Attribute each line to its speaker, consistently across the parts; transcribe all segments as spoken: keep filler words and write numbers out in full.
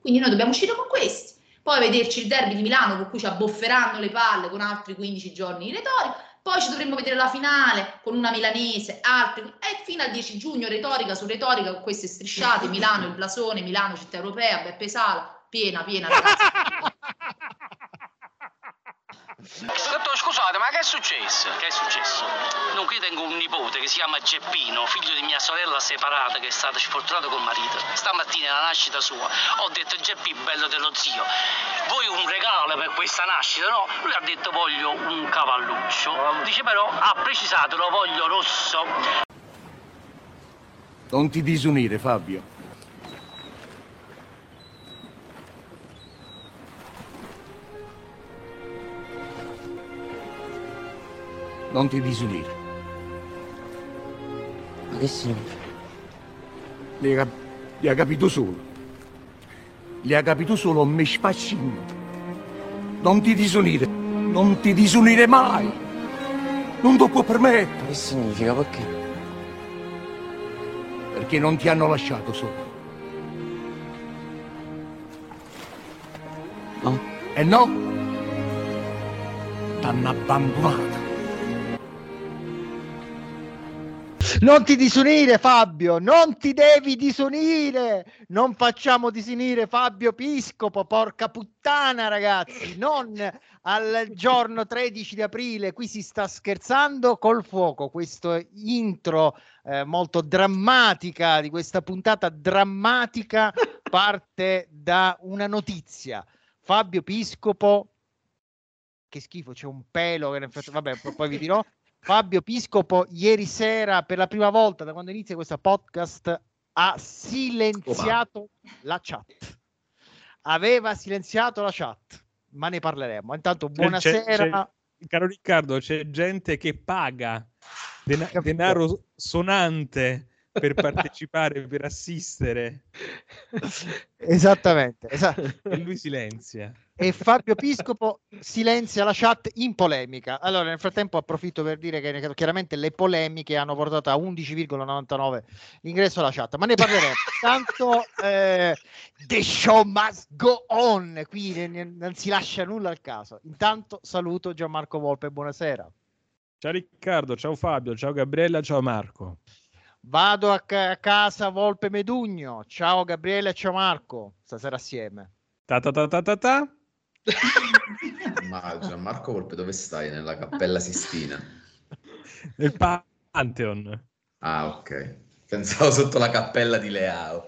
Speaker 1: Quindi noi dobbiamo uscire con questi. Poi vederci il derby di Milano con cui ci abbofferanno le palle con altri quindici giorni di retorica, poi ci dovremmo vedere la finale con una milanese, altri, e fino al dieci giugno retorica su retorica con queste strisciate, Milano, il blasone, Milano, città europea, Beppe Sala, piena, piena ragazzi.
Speaker 2: Dottore, scusate, ma che è successo? Che è successo? No, qui tengo un nipote che si chiama Geppino, figlio di mia sorella separata che è stata sfortunata col marito. Stamattina alla nascita sua ho detto: Geppi, bello dello zio, vuoi un regalo per questa nascita? No? Lui ha detto: voglio un cavalluccio. Dice però, ha precisato, lo voglio rosso.
Speaker 3: Non ti disunire, Fabio. Non ti disunire.
Speaker 4: Ma che significa?
Speaker 3: Li ha, li ha capito solo. Li ha capito solo me spascino. Non ti disunire. Non ti disunire mai. Non lo può permettere.
Speaker 4: Ma che significa? Perché?
Speaker 3: Perché non ti hanno lasciato solo.
Speaker 4: No?
Speaker 3: E no? T'hanno abbandonato.
Speaker 5: Non ti disunire, Fabio, non ti devi disunire, non facciamo disunire Fabio Piscopo, porca puttana ragazzi, non al giorno tredici di aprile, qui si sta scherzando col fuoco. Questo intro eh, molto drammatica di questa puntata drammatica parte da una notizia. Fabio Piscopo, che schifo, c'è un pelo che vabbè, poi vi dirò. Fabio Piscopo ieri sera, per la prima volta da quando inizia questo podcast, ha silenziato la chat. Aveva silenziato la chat, ma ne parleremo. Intanto buonasera.
Speaker 6: C'è, c'è, caro Riccardo, c'è gente che paga dena- denaro sonante per partecipare, per assistere.
Speaker 5: Esattamente, esatto.
Speaker 6: E lui silenzia.
Speaker 5: E Fabio Piscopo silenzia la chat in polemica. Allora, nel frattempo approfitto per dire che chiaramente le polemiche hanno portato a undici virgola novantanove l'ingresso alla chat, ma ne parleremo. Tanto eh, the show must go on, qui ne, non si lascia nulla al caso. Intanto saluto Gianmarco Volpe, buonasera.
Speaker 6: Ciao Riccardo, ciao Fabio, ciao Gabriella, ciao Marco.
Speaker 5: Vado a, ca- a casa Volpe Medugno, ciao Gabriele, ciao Marco, stasera assieme.
Speaker 6: Ta ta ta ta ta ta.
Speaker 7: Ma Gianmarco Volpe, dove stai? Nella Cappella Sistina?
Speaker 6: Nel Pantheon.
Speaker 7: Ah, ok. Pensavo sotto la cappella di Leao.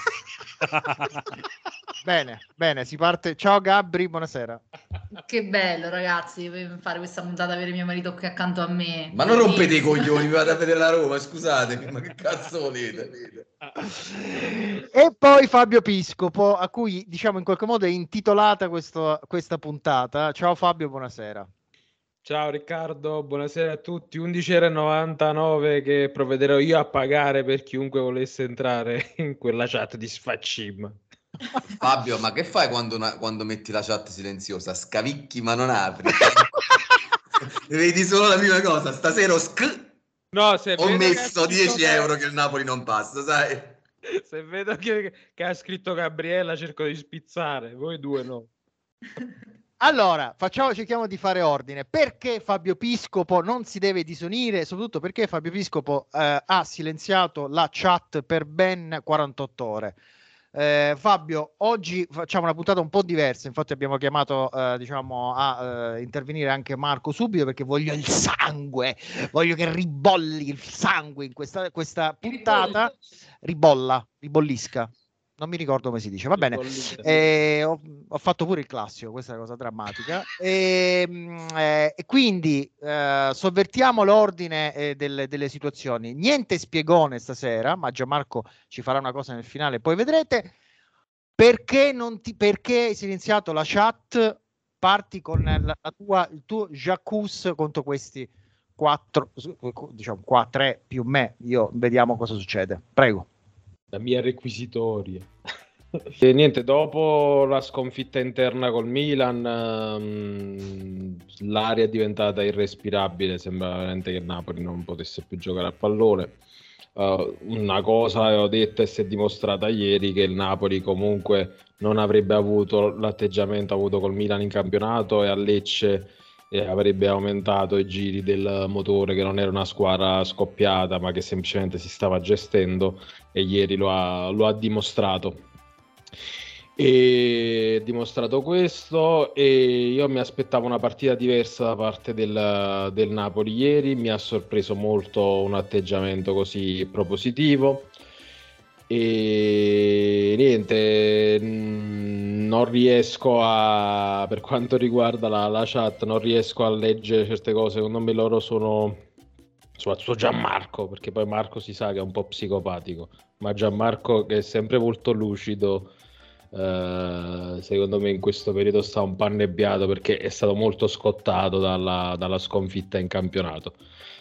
Speaker 5: Bene, bene, si parte. Ciao Gabri, buonasera.
Speaker 1: Che bello ragazzi, fare questa puntata, avere mio marito qui accanto a me.
Speaker 7: Ma non rompete i coglioni, mi vado a vedere la Roma, scusatemi, ma che cazzo volete?
Speaker 5: E poi Fabio Piscopo, a cui diciamo in qualche modo è intitolata questo, questa puntata. Ciao Fabio, buonasera.
Speaker 8: Ciao Riccardo, buonasera a tutti. undici e novantanove che provvederò io a pagare per chiunque volesse entrare in quella chat di Sfaccim.
Speaker 7: Fabio, ma che fai quando, una, quando metti la chat silenziosa? Scavicchi ma non apri. Vedi solo la prima cosa, stasera ho, sc-
Speaker 8: no, se
Speaker 7: ho messo
Speaker 8: che
Speaker 7: dieci
Speaker 8: che...
Speaker 7: euro che il Napoli non passa, sai?
Speaker 8: Se vedo che, che ha scritto Gabriella cerco di spizzare, voi due no.
Speaker 5: Allora, facciamo, cerchiamo di fare ordine. Perché Fabio Piscopo non si deve disunire? Soprattutto perché Fabio Piscopo eh, ha silenziato la chat per ben quarantotto ore. Eh, Fabio, oggi facciamo una puntata un po' diversa, infatti abbiamo chiamato eh, diciamo a eh, intervenire anche Marco subito perché voglio il sangue, voglio che ribolli il sangue in questa, questa puntata, ribolla, ribollisca, non mi ricordo come si dice, va bene, eh, ho, ho fatto pure il classico, questa è una cosa drammatica, e, eh, e quindi eh, sovvertiamo l'ordine eh, delle, delle situazioni, niente spiegone stasera, ma Gianmarco ci farà una cosa nel finale, poi vedrete. Perché non ti, perché hai silenziato la chat? Parti con la, la tua, il tuo j'accuse contro questi quattro, diciamo qua, tre più me, io vediamo cosa succede, prego.
Speaker 8: La mia requisitoria. E niente, dopo la sconfitta interna col Milan, um, l'aria è diventata irrespirabile, sembra veramente che Napoli non potesse più giocare a pallone. uh, una cosa l'avevo detta e si è dimostrata ieri, che il Napoli comunque non avrebbe avuto l'atteggiamento avuto col Milan in campionato, e a Lecce eh, avrebbe aumentato i giri del motore, che non era una squadra scoppiata ma che semplicemente si stava gestendo, e ieri lo ha, lo ha dimostrato. E dimostrato questo, e io mi aspettavo una partita diversa da parte del, del Napoli ieri. Mi ha sorpreso molto un atteggiamento così propositivo, e niente, non riesco a, per quanto riguarda la, la chat, non riesco a leggere certe cose. Secondo me loro sono, soprattutto Gianmarco, perché poi Marco si sa che è un po' psicopatico, ma Gianmarco, che è sempre molto lucido, Uh, secondo me in questo periodo sta un po' annebbiato, perché è stato molto scottato dalla, dalla sconfitta in campionato,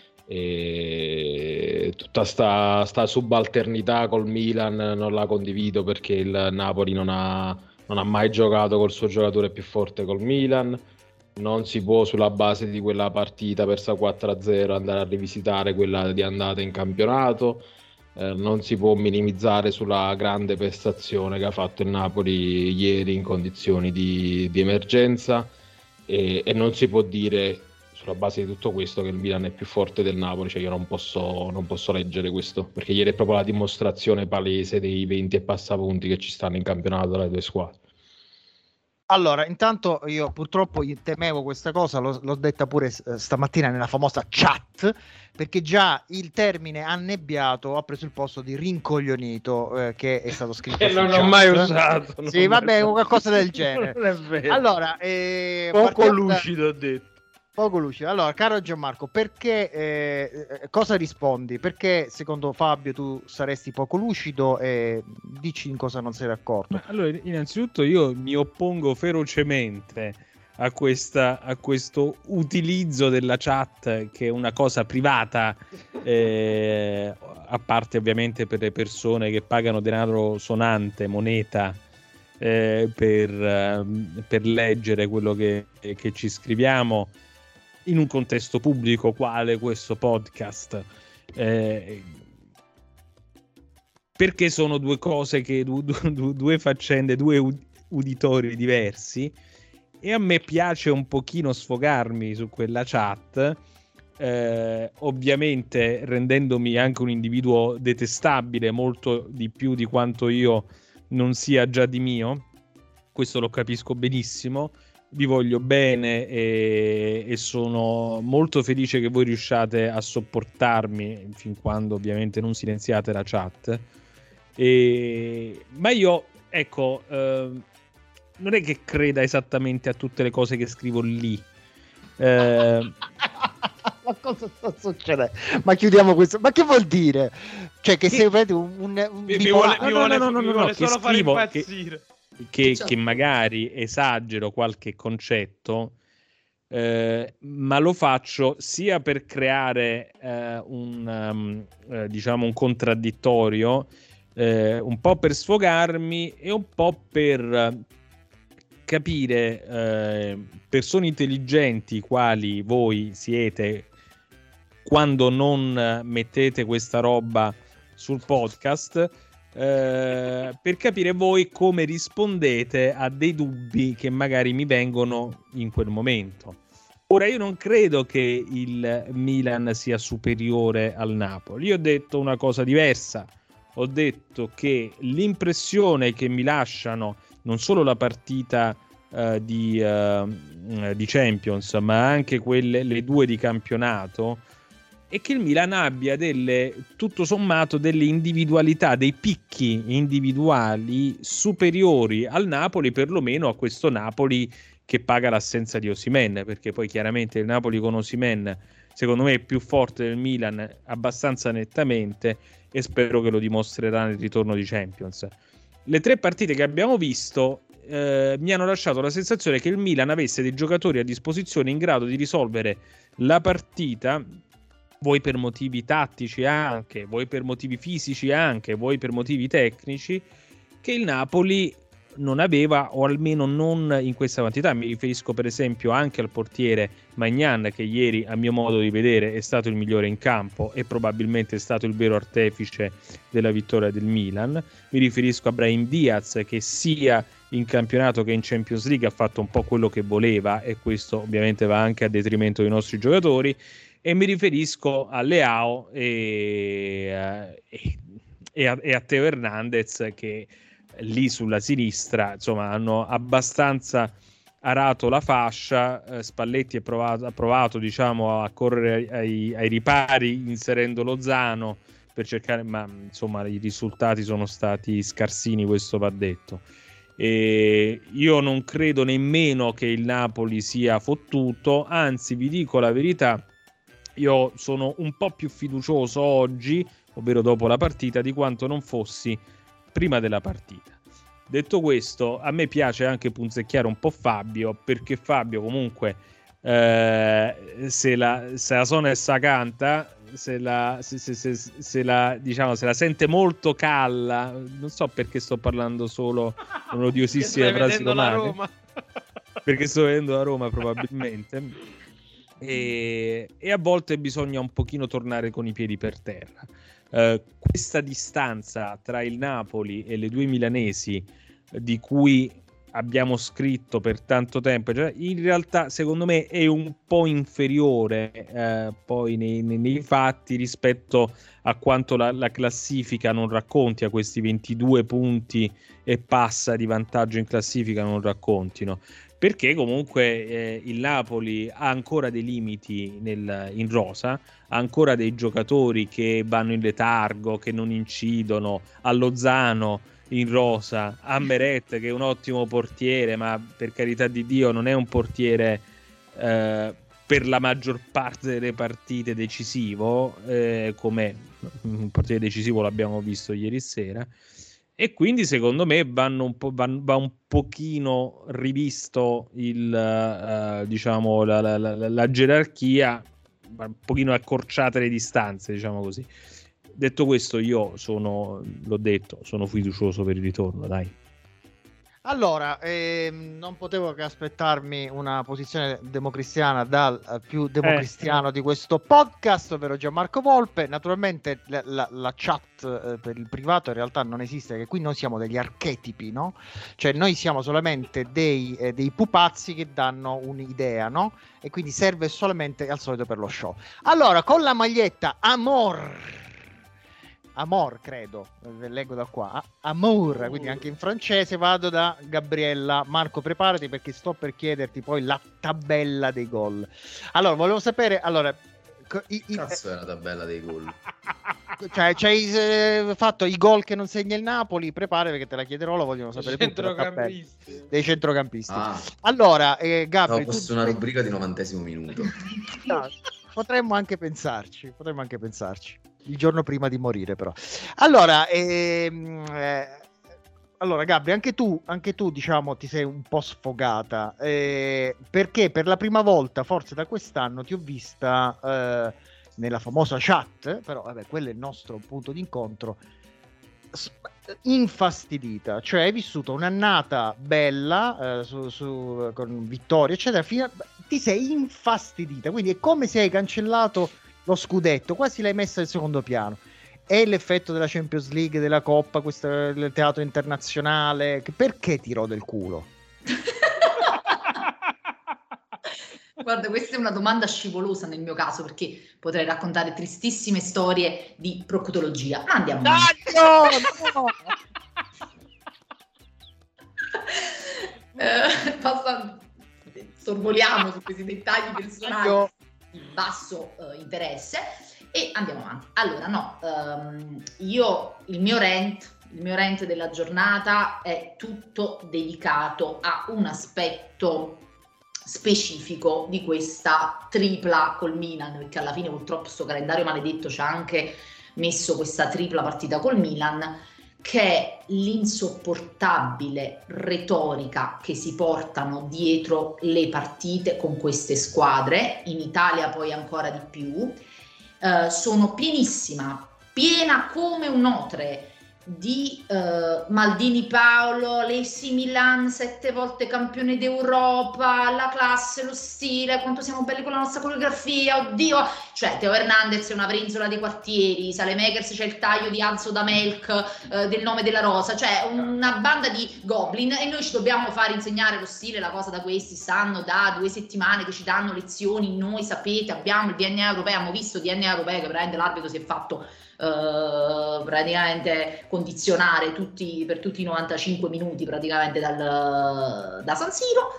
Speaker 8: e tutta sta, sta subalternità col Milan non la condivido, perché il Napoli non ha, non ha mai giocato col suo giocatore più forte, col Milan. Non si può, sulla base di quella partita persa quattro a zero, andare a rivisitare quella di andata in campionato. Eh, non si può minimizzare sulla grande prestazione che ha fatto il Napoli ieri in condizioni di, di emergenza, e, e non si può dire, sulla base di tutto questo, che il Milan è più forte del Napoli. Cioè io non posso, non posso leggere questo, perché ieri è proprio la dimostrazione palese dei venti e passapunti che ci stanno in campionato dalle due squadre.
Speaker 5: Allora, intanto io purtroppo temevo questa cosa, l'ho, l'ho detta pure eh, stamattina nella famosa chat, perché già il termine annebbiato ha preso il posto di rincoglionito, eh, che è stato scritto
Speaker 8: che non
Speaker 5: chat.
Speaker 8: ho mai usato.
Speaker 5: Sì, vabbè, qualcosa del genere.
Speaker 8: Non è vero.
Speaker 5: Allora, eh,
Speaker 8: poco lucido, ho detto.
Speaker 5: Poco lucido. Allora, caro Gianmarco, perché eh, cosa rispondi? Perché secondo Fabio tu saresti poco lucido, e dici in cosa non sei d'accordo?
Speaker 6: Allora, innanzitutto io mi oppongo ferocemente a questa a questo utilizzo della chat, che è una cosa privata, eh, a parte ovviamente per le persone che pagano denaro sonante, moneta, eh, per, eh, per leggere quello che, che ci scriviamo in un contesto pubblico quale questo podcast, eh, perché sono due cose che du, du, due faccende, due uditori diversi, e a me piace un pochino sfogarmi su quella chat, eh, ovviamente rendendomi anche un individuo detestabile, molto di più di quanto io non sia già di mio. Questo lo capisco benissimo. Vi voglio bene, e, e sono molto felice che voi riusciate a sopportarmi fin quando ovviamente non silenziate la chat. E, ma io, ecco, eh, non è che creda esattamente a tutte le cose che scrivo lì. Eh,
Speaker 5: ma cosa sta succedendo? Ma chiudiamo questo. Ma che vuol dire? Cioè che, che sei un, un, un
Speaker 8: mi, mi vuole, mi vuole,
Speaker 6: no, no, no,
Speaker 8: mi
Speaker 6: no,
Speaker 8: vuole
Speaker 6: no,
Speaker 8: solo
Speaker 6: che
Speaker 8: fare
Speaker 6: scrivo,
Speaker 8: impazzire.
Speaker 6: Che... Che, che magari esagero qualche concetto, eh, ma lo faccio sia per creare eh, un, um, eh, diciamo un contraddittorio, eh, un po' per sfogarmi e un po' per capire, eh, persone intelligenti quali voi siete, quando non mettete questa roba sul podcast, Eh, per capire voi come rispondete a dei dubbi che magari mi vengono in quel momento. Ora, io non credo che il Milan sia superiore al Napoli. Io ho detto una cosa diversa. Ho detto che l'impressione che mi lasciano non solo la partita uh, di, uh, di Champions, ma anche quelle, le due di campionato, e che il Milan abbia delle, tutto sommato, delle individualità, dei picchi individuali superiori al Napoli, perlomeno a questo Napoli che paga l'assenza di Osimhen, perché poi chiaramente il Napoli con Osimhen secondo me è più forte del Milan abbastanza nettamente, e spero che lo dimostrerà nel ritorno di Champions. Le tre partite che abbiamo visto eh, mi hanno lasciato la sensazione che il Milan avesse dei giocatori a disposizione in grado di risolvere la partita, vuoi per motivi tattici anche, vuoi per motivi fisici anche, vuoi per motivi tecnici, che il Napoli non aveva, o almeno non in questa quantità. Mi riferisco per esempio anche al portiere Maignan, che ieri a mio modo di vedere è stato il migliore in campo e probabilmente è stato il vero artefice della vittoria del Milan. Mi riferisco a Brahim Diaz, che sia in campionato che in Champions League ha fatto un po' quello che voleva, e questo ovviamente va anche a detrimento dei nostri giocatori. E mi riferisco a Leao e, e, e, a, e a Teo Hernandez, che lì sulla sinistra insomma hanno abbastanza arato la fascia. eh, Spalletti ha provato, ha provato diciamo a correre ai, ai ripari inserendo Lozano per cercare, ma insomma i risultati sono stati scarsini, questo va detto. E io non credo nemmeno che il Napoli sia fottuto, anzi vi dico la verità, io sono un po' più fiducioso oggi, ovvero dopo la partita, di quanto non fossi prima della partita. Detto questo, a me piace anche punzecchiare un po' Fabio, perché Fabio comunque eh, se, la, se la suona e sa canta, se la, se, se, se, se la diciamo se la sente molto calla. Non so perché sto parlando solo con odiosissime frasi romane, perché sto vedendo la Roma probabilmente. E, e a volte bisogna un pochino tornare con i piedi per terra. Uh, questa distanza tra il Napoli e le due milanesi, di cui abbiamo scritto per tanto tempo, cioè in realtà secondo me è un po' inferiore eh, poi nei, nei, nei fatti rispetto a quanto la, la classifica non racconti, a questi ventidue punti e passa di vantaggio in classifica non raccontino, perché comunque eh, il Napoli ha ancora dei limiti nel, in rosa, ha ancora dei giocatori che vanno in letargo, che non incidono, a Lozano in rosa, a Meret che è un ottimo portiere, ma per carità di Dio non è un portiere eh, per la maggior parte delle partite decisivo, eh, come un portiere decisivo l'abbiamo visto ieri sera. E quindi secondo me vanno un po', van, va un pochino rivisto il, uh, diciamo la, la, la, la gerarchia, un pochino accorciate le distanze, diciamo così. Detto questo, io sono, l'ho detto, sono fiducioso per il ritorno, dai.
Speaker 5: Allora, ehm, non potevo che aspettarmi una posizione democristiana dal uh, più democristiano eh. di questo podcast, ovvero Gianmarco Volpe. Naturalmente la, la, la chat eh, per il privato in realtà non esiste, che qui non siamo degli archetipi, no? Cioè noi siamo solamente dei, eh, dei pupazzi che danno un'idea, no? E quindi serve solamente al solito per lo show. Allora, con la maglietta Amor... Amor, credo, leggo da qua, Amour, quindi anche in francese. Vado da Gabriella. Marco, preparati perché sto per chiederti poi la tabella dei gol. Allora, volevo sapere, allora... I, i,
Speaker 7: Cazzo è la tabella dei gol?
Speaker 5: Cioè, ci hai eh, fatto i gol che non segna il Napoli, prepara perché te la chiederò, lo vogliono sapere tutti,
Speaker 9: centrocampisti.
Speaker 5: Dei centrocampisti.
Speaker 7: Ah.
Speaker 5: Allora, eh, Gabri...
Speaker 7: No, fosse una rubrica di novantesimo minuto.
Speaker 5: No, potremmo anche pensarci, potremmo anche pensarci. Il giorno prima di morire, però. Allora, ehm, eh, allora Gabri, anche tu, anche tu, diciamo, ti sei un po' sfogata, eh, perché per la prima volta, forse da quest'anno, ti ho vista eh, nella famosa chat, però vabbè, quello è il nostro punto d'incontro, infastidita, cioè hai vissuto un'annata bella eh, su, su, con vittorie, eccetera, fino a, ti sei infastidita, quindi è come se hai cancellato lo scudetto, quasi l'hai messa al secondo piano. È l'effetto della Champions League, della Coppa, questo il teatro internazionale, che perché ti rode il culo?
Speaker 1: Guarda, questa è una domanda scivolosa nel mio caso, perché potrei raccontare tristissime storie di proctologia, ma andiamo avanti.
Speaker 5: No, no!
Speaker 1: eh, passa, sorvoliamo su questi dettagli personali di basso uh, interesse e andiamo avanti. Allora, no, um, io il mio rant, il mio rant della giornata è tutto dedicato a un aspetto specifico di questa tripla col Milan, perché alla fine purtroppo sto calendario maledetto ci ha anche messo questa tripla partita col Milan, che è l'insopportabile retorica che si portano dietro le partite con queste squadre, in Italia poi ancora di più. Uh, sono pienissima, piena come un otre di uh, Maldini Paolo, l'A C Milan sette volte campione d'Europa, la classe, lo stile, quanto siamo belli con la nostra coreografia, oddio, cioè Teo Hernandez è una brinzola dei quartieri, Saelemaekers c'è il taglio di Anzo da Melk uh, del nome della rosa, cioè una banda di goblin, e noi ci dobbiamo fare insegnare lo stile, la cosa da questi stanno da due settimane che ci danno lezioni, noi sapete abbiamo il D N A europeo, abbiamo visto il D N A europeo che veramente l'arbitro si è fatto Uh, praticamente condizionare tutti, per tutti i novantacinque minuti praticamente dal, da San Siro,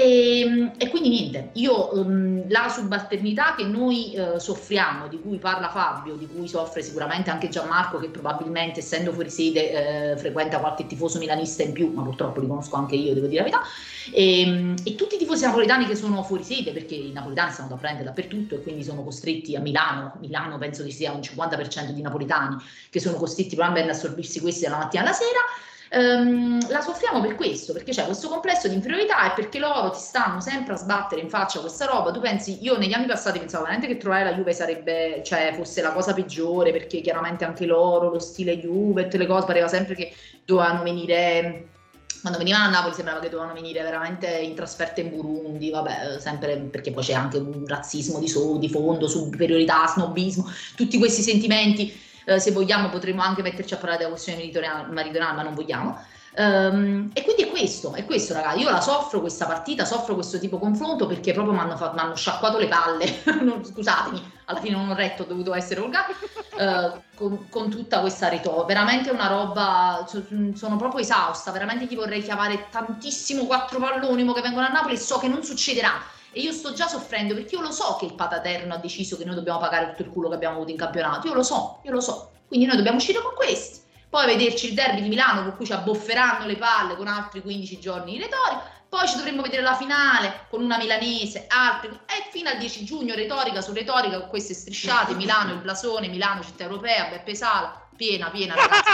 Speaker 1: e, e quindi niente, io um, la subalternità che noi uh, soffriamo, di cui parla Fabio, di cui soffre sicuramente anche Gianmarco, che probabilmente essendo fuori sede uh, frequenta qualche tifoso milanista in più, ma purtroppo li conosco anche io, devo dire la verità, e, e tutti i tifosi napoletani che sono fuori sede, perché i napoletani stanno da prendere dappertutto e quindi sono costretti a Milano, Milano penso che sia un cinquanta per cento di napoletani che sono costretti probabilmente a assorbirsi questi dalla mattina alla sera. Um, la soffriamo per questo, perché c'è questo complesso di inferiorità e perché loro ti stanno sempre a sbattere in faccia questa roba. Tu pensi, io negli anni passati pensavo veramente che trovare la Juve sarebbe, cioè fosse la cosa peggiore, perché chiaramente anche loro, lo stile Juve, tutte le cose, pareva sempre che dovevano venire, quando venivano a Napoli sembrava che dovevano venire veramente in trasferta in Burundi, vabbè, sempre perché poi c'è anche un razzismo di, so, di fondo, superiorità, snobismo, tutti questi sentimenti. Uh, se vogliamo potremmo anche metterci a parlare della questione meridionale, ma non vogliamo. Um, e quindi è questo, è questo ragazzi, io la soffro questa partita, soffro questo tipo di confronto perché proprio mi hanno sciacquato le palle, non, scusatemi, alla fine non ho retto, ho dovuto essere volgare, uh, con, con tutta questa retorica, veramente una roba, sono proprio esausta, veramente gli vorrei chiamare tantissimo quattro palloni che vengono a Napoli e so che non succederà. E io sto già soffrendo perché io lo so che il Pataterno ha deciso che noi dobbiamo pagare tutto il culo che abbiamo avuto in campionato, io lo so, io lo so, quindi noi dobbiamo uscire con questi, poi vederci il derby di Milano con cui ci abbofferanno le palle con altri quindici giorni di retorica, poi ci dovremmo vedere la finale con una milanese, altri, e fino al dieci giugno retorica su retorica con queste strisciate, Milano il blasone, Milano città europea, Beppe Sala, piena, piena ragazzi.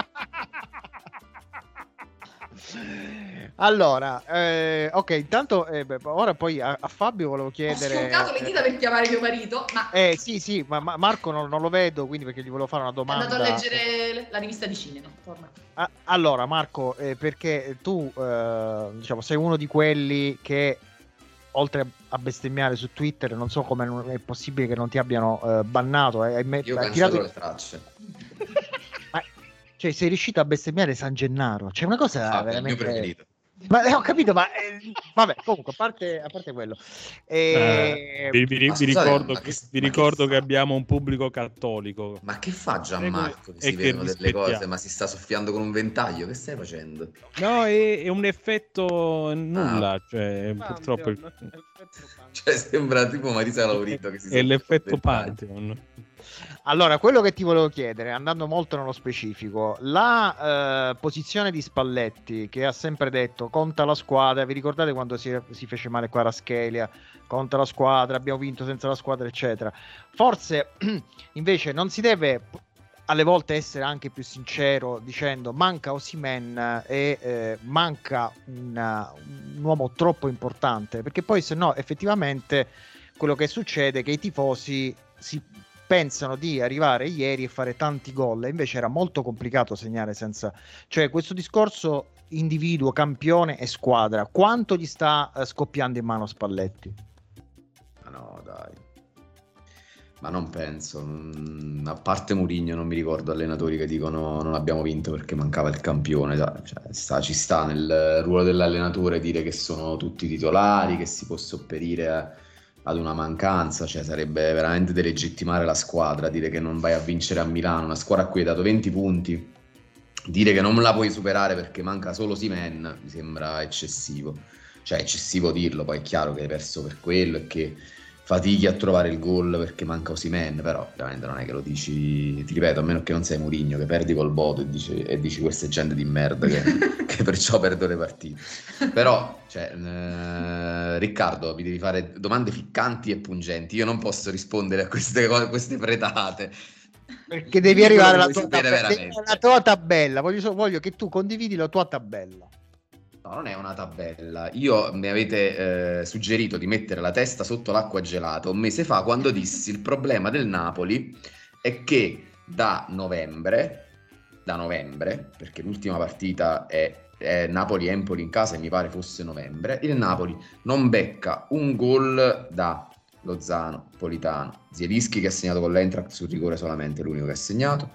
Speaker 5: Allora, eh, ok, intanto eh, beh, ora poi a, a Fabio volevo chiedere.
Speaker 1: Ho scioccato le dita per chiamare mio marito, ma
Speaker 5: eh sì, sì, ma, ma Marco non, non lo vedo, quindi perché gli volevo fare una domanda.
Speaker 1: È andato a leggere la rivista di cinema.
Speaker 5: Ah, allora, Marco, eh, perché tu eh, diciamo sei uno di quelli che oltre a bestemmiare su Twitter, non so come è possibile che non ti abbiano eh, bannato. Hai, hai,
Speaker 7: Io
Speaker 5: hai
Speaker 7: cancello
Speaker 5: tirato
Speaker 7: le tracce.
Speaker 5: Ma, cioè, sei riuscito a bestemmiare San Gennaro? C'è una cosa
Speaker 7: Ah,
Speaker 5: veramente.
Speaker 7: il mio preferito.
Speaker 5: Ma eh, ho capito, ma eh, vabbè, comunque, a parte, a parte quello, eh,
Speaker 6: eh, vi, vi,
Speaker 7: ma
Speaker 6: vi
Speaker 7: scusate,
Speaker 6: ricordo,
Speaker 7: ma
Speaker 6: che,
Speaker 7: che-
Speaker 6: vi
Speaker 7: ma
Speaker 6: ricordo
Speaker 7: che
Speaker 6: che
Speaker 7: fa?
Speaker 6: abbiamo un pubblico cattolico.
Speaker 7: Ma che fa Gianmarco? Che
Speaker 6: E
Speaker 7: si
Speaker 6: che
Speaker 7: vedono delle
Speaker 6: rispettiamo.
Speaker 7: cose, ma si sta soffiando con un ventaglio. Che stai facendo?
Speaker 6: No, è, è un effetto nulla,
Speaker 7: Ah.
Speaker 6: cioè purtroppo il-
Speaker 7: Cioè, sembra tipo Marisa Laurito che si
Speaker 6: è
Speaker 7: soffia
Speaker 6: l'effetto
Speaker 7: con un ventaglio.
Speaker 6: Pantheon.
Speaker 5: allora, quello che ti volevo chiedere, andando molto nello specifico, la eh, posizione di Spalletti, che ha sempre detto conta la squadra, vi ricordate quando si, si fece male qua a Raschelia, conta la squadra, abbiamo vinto senza la squadra, eccetera. Forse invece non si deve alle volte essere anche più sincero dicendo manca Osimhen e eh, manca una- un uomo troppo importante, perché poi se no effettivamente quello che succede è che i tifosi si pensano di arrivare ieri e fare tanti gol, e invece era molto complicato segnare senza, cioè questo discorso individuo, campione e squadra, quanto gli sta eh, scoppiando in mano Spalletti?
Speaker 7: Ma no, dai. Ma non penso. mm, A parte Mourinho, non mi ricordo allenatori che dicono non abbiamo vinto perché mancava il campione. Dai, cioè, sta- ci sta nel ruolo dell'allenatore dire che sono tutti titolari, che si può sopperire a- ad una mancanza. Cioè, sarebbe veramente delegittimare la squadra, dire che non vai a vincere a Milano, una squadra a cui hai dato venti punti, dire che non la puoi superare perché manca solo Osimhen, mi sembra eccessivo. Cioè, è eccessivo dirlo, poi è chiaro che hai perso per quello e che fatichi a trovare il gol perché manca Osimhen, però veramente non è che lo dici, ti ripeto, a meno che non sei Mourinho che perdi col Bodo e dici, e dici questa è gente di merda che, che perciò perdo le partite. Però, cioè, eh, Riccardo, mi devi fare domande ficcanti e pungenti, io non posso rispondere a queste cose, queste pretate.
Speaker 5: Perché devi
Speaker 7: Quello
Speaker 5: arrivare
Speaker 7: che
Speaker 5: alla
Speaker 7: vuoi
Speaker 5: tua,
Speaker 7: sapere
Speaker 5: tabella,
Speaker 7: veramente.
Speaker 5: alla tua tabella. Voglio, so- voglio che tu condividi la tua tabella.
Speaker 7: No, non è una tabella. Io mi avete eh, suggerito di mettere la testa sotto l'acqua gelata un mese fa quando dissi il problema del Napoli è che da novembre da novembre, perché l'ultima partita è, è Napoli-Empoli in casa e mi pare fosse novembre. Il Napoli non becca un gol da Lozano, Politano, Zielinski che ha segnato con l'Eintracht sul rigore solamente, l'unico che ha segnato,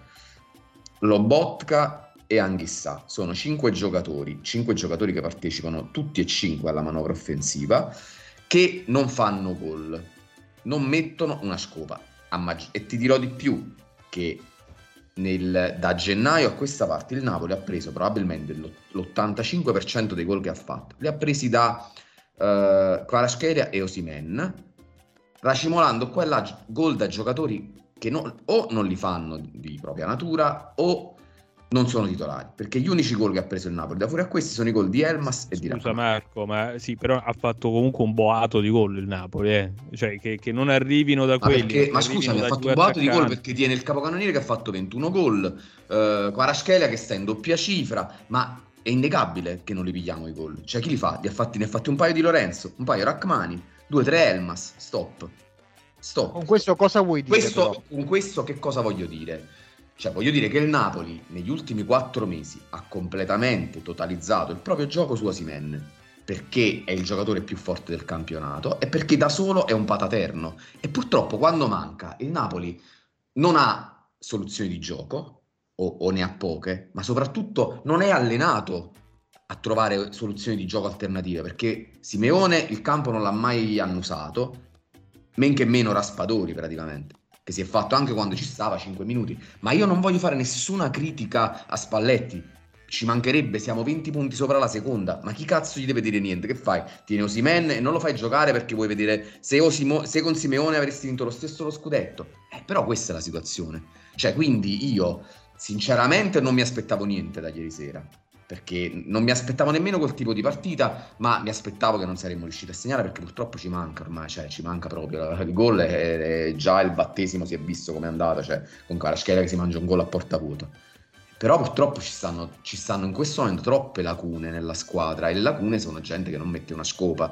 Speaker 7: Lobotka e Anghissà. Sono cinque giocatori, cinque giocatori che partecipano tutti e cinque alla manovra offensiva, che non fanno gol, non mettono una scopa. Mag- e ti dirò di più, che nel, da gennaio a questa parte il Napoli ha preso probabilmente l'ottantacinque per cento dei gol che ha fatto, li ha presi da uh, Kvaratskhelia e Osimhen, racimolando qua e là gol da giocatori che non, o non li fanno di propria natura o non sono titolari, perché gli unici gol che ha preso il Napoli da fuori a questi sono i gol di Elmas e di
Speaker 6: Scusa Marco, ma sì, però ha fatto comunque un boato di gol il Napoli, eh? Cioè che, che non arrivino da
Speaker 7: ma
Speaker 6: quelli
Speaker 7: perché, ma scusami, ha fatto un boato di gol perché tiene il capocannoniere che ha fatto ventuno gol, uh, Kvaratskhelia che sta in doppia cifra, ma è innegabile che non li pigliamo i gol. Cioè chi li fa? Li ha fatti, ne ha fatti un paio di Lorenzo, un paio Rachmani, due tre Elmas, stop stop.
Speaker 5: Con questo cosa vuoi dire?
Speaker 7: Questo, con questo che cosa voglio dire? Cioè voglio dire che il Napoli negli ultimi quattro mesi ha completamente totalizzato il proprio gioco su Osimhen, perché è il giocatore più forte del campionato e perché da solo è un pataterno, e purtroppo quando manca il Napoli non ha soluzioni di gioco o, o ne ha poche, ma soprattutto non è allenato a trovare soluzioni di gioco alternative, perché Simeone il campo non l'ha mai annusato, men che meno Raspadori praticamente, che si è fatto anche quando ci stava cinque minuti. Ma io non voglio fare nessuna critica a Spalletti, ci mancherebbe, siamo venti punti sopra la seconda, ma chi cazzo gli deve dire niente? Che fai? Tieni Osimhen e non lo fai giocare perché vuoi vedere se, Osimo, se con Simeone avresti vinto lo stesso lo scudetto? Eh, però questa è la situazione. Cioè, quindi io sinceramente non mi aspettavo niente da ieri sera, perché non mi aspettavo nemmeno quel tipo di partita, ma mi aspettavo che non saremmo riusciti a segnare, perché purtroppo ci manca ormai, cioè ci manca proprio il gol, è, è già il battesimo si è visto come è andata, cioè con Kvaratskhelia che si mangia un gol a porta vuota. Però purtroppo ci stanno, ci stanno in questo momento troppe lacune nella squadra, e le lacune sono gente che non mette una scopa.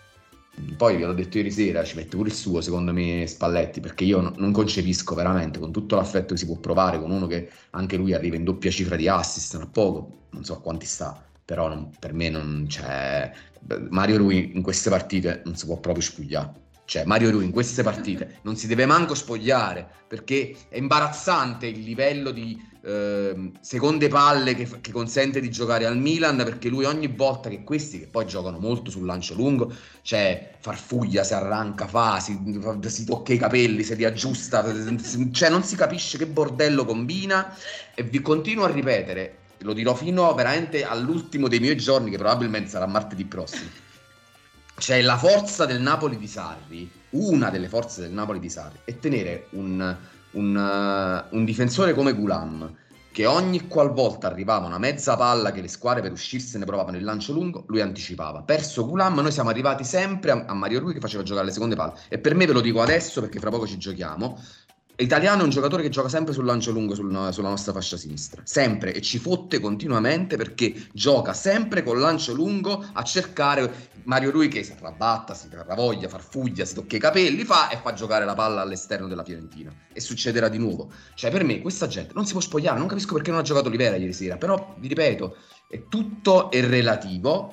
Speaker 7: Poi vi l'ho detto ieri sera, ci mette pure il suo secondo me Spalletti, perché io no, non concepisco veramente, con tutto l'affetto che si può provare con uno che anche lui arriva in doppia cifra di assist, non a poco, non so a quanti sta, però non, per me non c'è. Mario Rui in queste partite non si può proprio spogliare. Cioè Mario Rui in queste partite non si deve manco spogliare, perché è imbarazzante il livello di eh, seconde palle che, che consente di giocare al Milan, perché lui ogni volta che questi, che poi giocano molto sul lancio lungo, cioè farfuglia, si arranca, fa, si, si tocca i capelli, si riaggiusta, cioè non si capisce che bordello combina, e vi continuo a ripetere, lo dirò fino veramente all'ultimo dei miei giorni, che probabilmente sarà martedì prossimo. Cioè la forza del Napoli di Sarri, una delle forze del Napoli di Sarri, è tenere un, un, uh, un difensore come Gulam, che ogni qualvolta arrivava una mezza palla che le squadre per uscirsene provavano il lancio lungo, lui anticipava. Perso Gulam, noi siamo arrivati sempre a, a Mario Rui che faceva giocare le seconde palle, e per me, ve lo dico adesso perché fra poco ci giochiamo, Italiano è un giocatore che gioca sempre sul lancio lungo sul, sulla nostra fascia sinistra, sempre, e ci fotte continuamente perché gioca sempre col lancio lungo a cercare Mario Rui che si arrabatta, si ravoglia, farfuglia, si tocca i capelli, fa e fa giocare la palla all'esterno della Fiorentina, e succederà di nuovo. Cioè per me questa gente non si può spogliare, non capisco perché non ha giocato Olivera ieri sera, però vi ripeto, è tutto è relativo.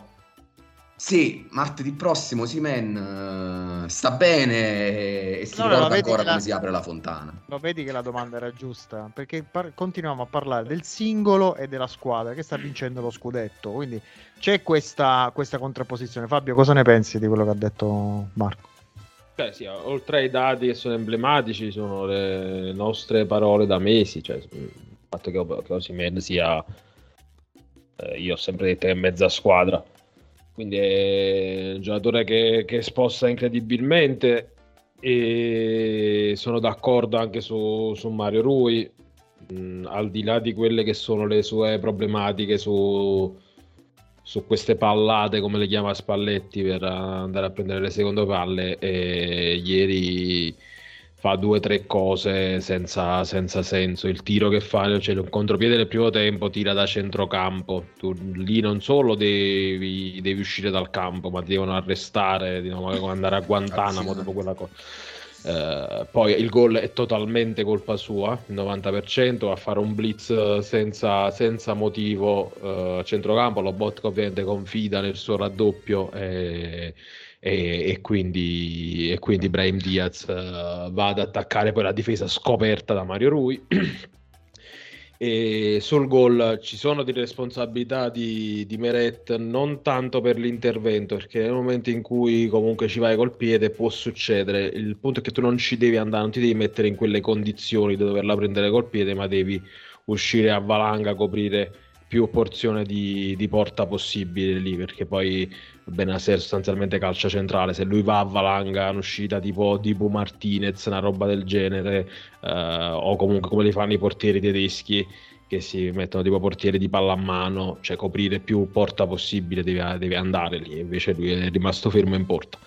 Speaker 7: Se martedì prossimo Osimhen uh, sta bene e si
Speaker 5: no,
Speaker 7: ricorda
Speaker 5: no,
Speaker 7: ancora come
Speaker 5: la...
Speaker 7: si apre la fontana.
Speaker 5: Lo vedi che la domanda era giusta, perché par- continuiamo a parlare del singolo e della squadra che sta vincendo lo scudetto, quindi c'è questa, questa contrapposizione. Fabio, cosa ne pensi di quello che ha detto Marco?
Speaker 8: Beh, sì, oltre ai dati che sono emblematici, sono le nostre parole da mesi, cioè il fatto che, che Osimhen sia, eh, io ho sempre detto che è mezza squadra, quindi è un giocatore che, che sposta incredibilmente, e sono d'accordo anche su, su Mario Rui, mh, al di là di quelle che sono le sue problematiche su, su queste pallate, come le chiama Spalletti, per andare a prendere le seconde palle, e ieri fa due o tre cose senza, senza senso. Il tiro che fa, cioè un contropiede del primo tempo, tira da centrocampo, tu lì non solo devi, devi uscire dal campo, ma ti devono arrestare, diciamo, come andare a Guantanamo dopo quella cosa. Uh, poi il gol è totalmente colpa sua, il novanta per cento, a fare un blitz senza, senza motivo uh, a centrocampo. Lobotka ovviamente confida nel suo raddoppio e, e, e, quindi, e quindi Brahim Diaz uh, va ad attaccare poi la difesa scoperta da Mario Rui. E sul gol ci sono di responsabilità di, di Meret, non tanto per l'intervento, perché nel momento in cui comunque ci vai col piede può succedere. Il punto è che tu non ci devi andare, non ti devi mettere in quelle condizioni di doverla prendere col piede, ma devi uscire a valanga, coprire più porzione di, di porta possibile lì, perché poi Bennacer sostanzialmente calcia centrale. Se lui va a valanga un'uscita tipo, tipo Martinez, una roba del genere, eh, o comunque come li fanno i portieri tedeschi che si mettono tipo portieri di palla a mano, cioè coprire più porta possibile, deve, deve andare lì, invece lui è rimasto fermo in porta.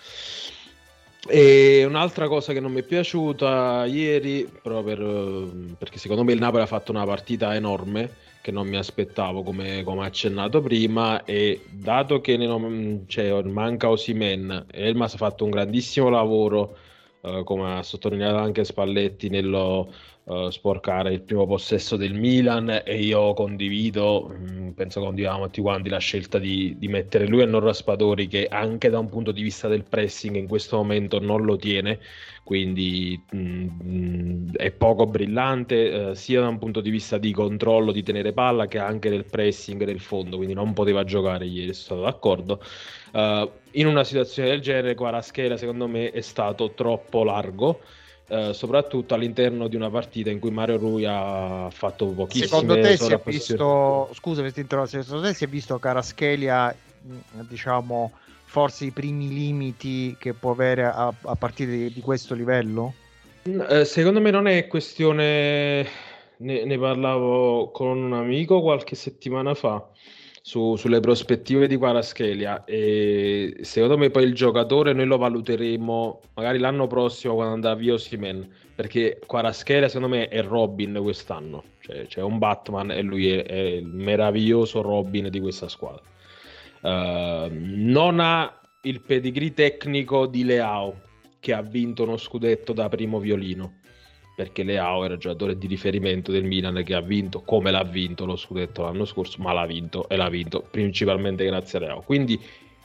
Speaker 8: E un'altra cosa che non mi è piaciuta ieri, proprio per, perché secondo me il Napoli ha fatto una partita enorme che non mi aspettavo, come, come accennato prima, e dato che ne, cioè, manca Osimhen, Elmas ha fatto un grandissimo lavoro, eh, come ha sottolineato anche Spalletti, nello uh, sporcare il primo possesso del Milan, e io condivido, mh, penso condividiamo tutti quanti, la scelta di, di mettere lui e non Raspadori, che anche da un punto di vista del pressing in questo momento non lo tiene, quindi mh, è poco brillante, eh, sia da un punto di vista di controllo, di tenere palla, che anche del pressing del fondo, quindi non poteva giocare ieri, sono stato d'accordo. Uh, in una situazione del genere Kvaratskhelia secondo me è stato troppo largo, uh, soprattutto all'interno di una partita in cui Mario Rui ha fatto pochissime.
Speaker 5: Secondo te si è visto, scusami ti interrompo, secondo te si è visto Kvaratskhelia, diciamo, forse i primi limiti che può avere a, a partire di, di questo livello?
Speaker 8: Eh, secondo me non è questione, ne, ne parlavo con un amico qualche settimana fa su, sulle prospettive di Kvaratskhelia, e secondo me poi il giocatore noi lo valuteremo magari l'anno prossimo quando andrà via Osimhen, perché Kvaratskhelia secondo me è Robin quest'anno, cioè c'è un Batman e lui è, è il meraviglioso Robin di questa squadra. Uh, non ha il pedigree tecnico di Leao, che ha vinto uno scudetto da primo violino, perché Leao era il giocatore di riferimento del Milan, che ha vinto come l'ha vinto lo scudetto l'anno scorso, ma l'ha vinto e l'ha vinto principalmente grazie a Leao, quindi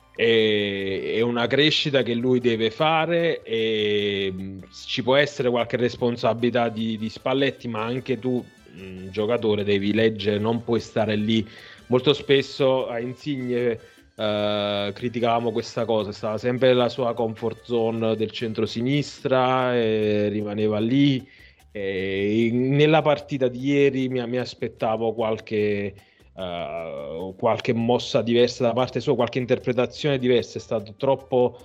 Speaker 8: è, è una crescita che lui deve fare, e ci può essere qualche responsabilità di, di Spalletti, ma anche tu mh, giocatore devi leggere, non puoi stare lì. Molto spesso a Insigne uh, criticavamo questa cosa, stava sempre nella sua comfort zone del centro-sinistra e rimaneva lì, e nella partita di ieri mi, mi aspettavo qualche, uh, qualche mossa diversa da parte sua, qualche interpretazione diversa. È stato troppo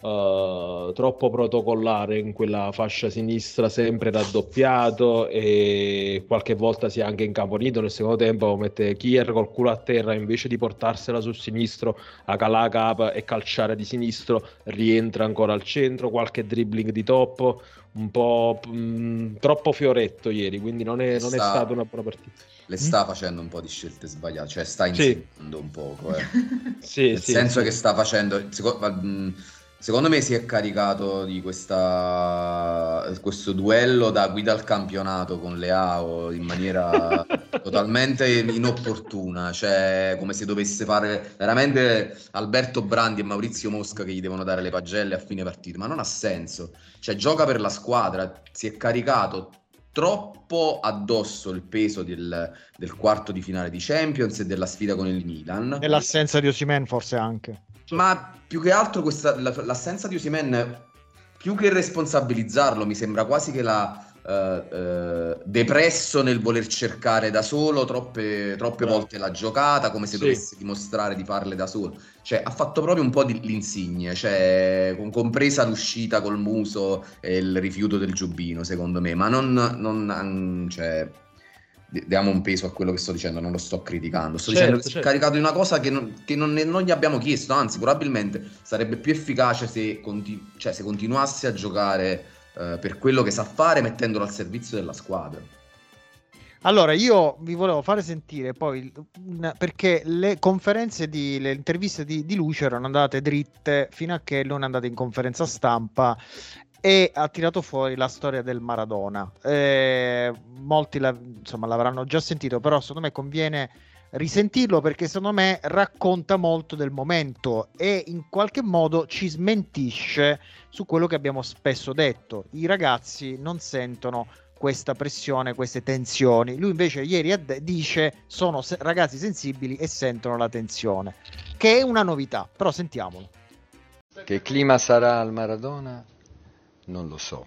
Speaker 8: Uh, troppo protocollare in quella fascia sinistra, sempre raddoppiato, e qualche volta si è anche incaponito nel secondo tempo, mette Kier col culo a terra, invece di portarsela sul sinistro a calare capa e calciare di sinistro, rientra ancora al centro, qualche dribbling di toppo, un po' mh, troppo fioretto ieri, quindi non è, non sta, è stata una buona partita.
Speaker 7: Le sta mm? facendo un po' di scelte sbagliate, cioè sta insegnando sì. un poco, eh.
Speaker 8: sì,
Speaker 7: nel
Speaker 8: sì,
Speaker 7: senso
Speaker 8: sì.
Speaker 7: che sta facendo secondo, mh, secondo me si è caricato di questa, questo duello da guida al campionato con Leao in maniera totalmente inopportuna, cioè come se dovesse fare veramente Alberto Brandi e Maurizio Mosca che gli devono dare le pagelle a fine partita, ma non ha senso, cioè gioca per la squadra, si è caricato troppo addosso il peso del, del quarto di finale di Champions e della sfida con il Milan,
Speaker 5: e l'assenza di Osimhen forse anche.
Speaker 7: Ma più che altro questa, la, l'assenza di Osimhen, più che responsabilizzarlo, mi sembra quasi che l'ha uh, uh, depresso nel voler cercare da solo troppe, troppe volte la giocata, come se sì. dovesse dimostrare di farle da solo. Cioè ha fatto proprio un po' di l'insigne, cioè, compresa l'uscita col muso e il rifiuto del giubbino, secondo me, ma non... non cioè, diamo un peso a quello che sto dicendo, non lo sto criticando, sto certo, dicendo che certo. si è caricato di una cosa che non, che non, non gli abbiamo chiesto, anzi probabilmente sarebbe più efficace se, continu- cioè, se continuasse a giocare eh, per quello che sa fare, mettendolo al servizio della squadra.
Speaker 5: Allora io vi volevo fare sentire poi, perché le conferenze, di, le interviste di, di Lucio erano andate dritte fino a che non è andato in conferenza stampa, e ha tirato fuori la storia del Maradona. Eh, molti la, insomma, l'avranno già sentito, però secondo me conviene risentirlo perché secondo me racconta molto del momento e in qualche modo ci smentisce su quello che abbiamo spesso detto: i ragazzi non sentono questa pressione, queste tensioni. Lui invece ieri ad- dice sono se- ragazzi sensibili e sentono la tensione, che è una novità, però sentiamolo.
Speaker 9: Che clima sarà al Maradona? Non lo so,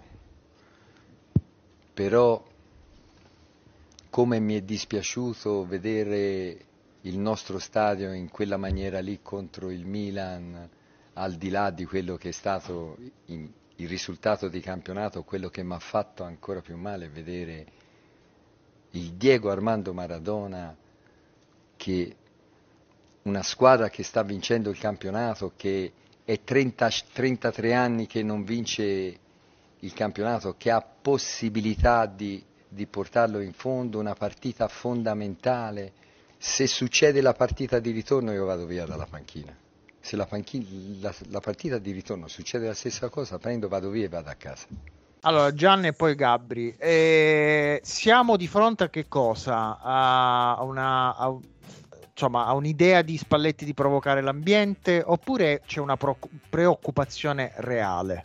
Speaker 9: però come mi è dispiaciuto vedere il nostro stadio in quella maniera lì contro il Milan, al di là di quello che è stato in, il risultato di campionato, quello che mi ha fatto ancora più male è vedere il Diego Armando Maradona, che una squadra che sta vincendo il campionato, che è trenta, trentatré anni che non vince il campionato, che ha possibilità di, di portarlo in fondo, una partita fondamentale. Se succede la partita di ritorno io vado via dalla panchina. Se la, panchina, la, la partita di ritorno succede la stessa cosa, prendo, vado via e vado a casa.
Speaker 5: Allora, Gianni e poi Gabri, eh, siamo di fronte a che cosa? A una, a, insomma, a un'idea di Spalletti di provocare l'ambiente, oppure c'è una pro- preoccupazione reale?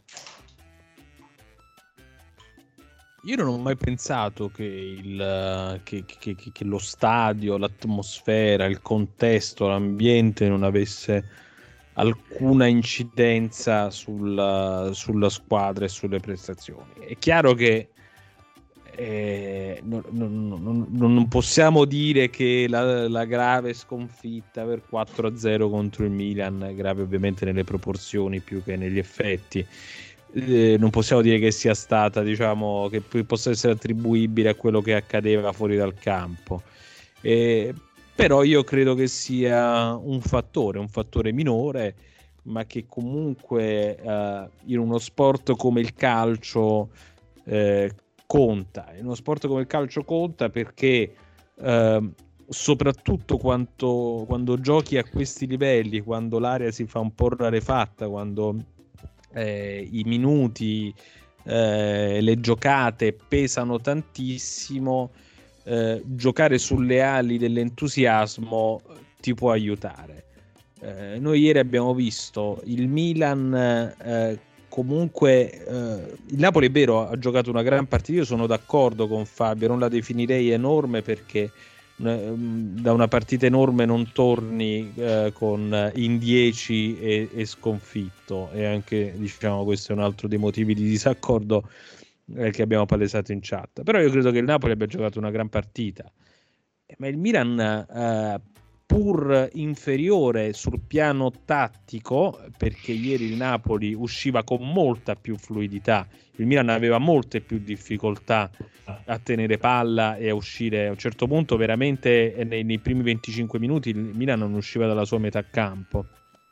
Speaker 6: Io non ho mai pensato che, il, che, che, che, che lo stadio, l'atmosfera, il contesto, l'ambiente non avesse alcuna incidenza sulla, sulla squadra e sulle prestazioni. È chiaro che eh, non, non, non possiamo dire che la, la grave sconfitta per quattro a zero contro il Milan, grave ovviamente nelle proporzioni più che negli effetti, Eh, non possiamo dire che sia stata, diciamo, che possa essere attribuibile a quello che accadeva fuori dal campo, eh, però io credo che sia un fattore, un fattore minore, ma che comunque eh, in uno sport come il calcio eh, conta. In uno sport come il calcio conta perché eh, soprattutto quanto, quando giochi a questi livelli, quando l'area si fa un po' rarefatta, quando Eh, i minuti, eh, le giocate pesano tantissimo, eh, giocare sulle ali dell'entusiasmo ti può aiutare. Eh, noi ieri abbiamo visto il Milan, eh, comunque eh, il Napoli è vero, ha giocato una gran partita, io sono d'accordo con Fabio, non la definirei enorme perché da una partita enorme non torni eh, con in dieci e, e sconfitto, e anche, diciamo, questo è un altro dei motivi di disaccordo eh, che abbiamo palesato in chat. Però io credo che il Napoli abbia giocato una gran partita, ma il Milan eh, pur inferiore sul piano tattico, perché ieri il Napoli usciva con molta più fluidità, il Milan aveva molte più difficoltà a tenere palla e a uscire. A un certo punto veramente nei, nei primi venticinque minuti il Milan non usciva dalla sua metà campo,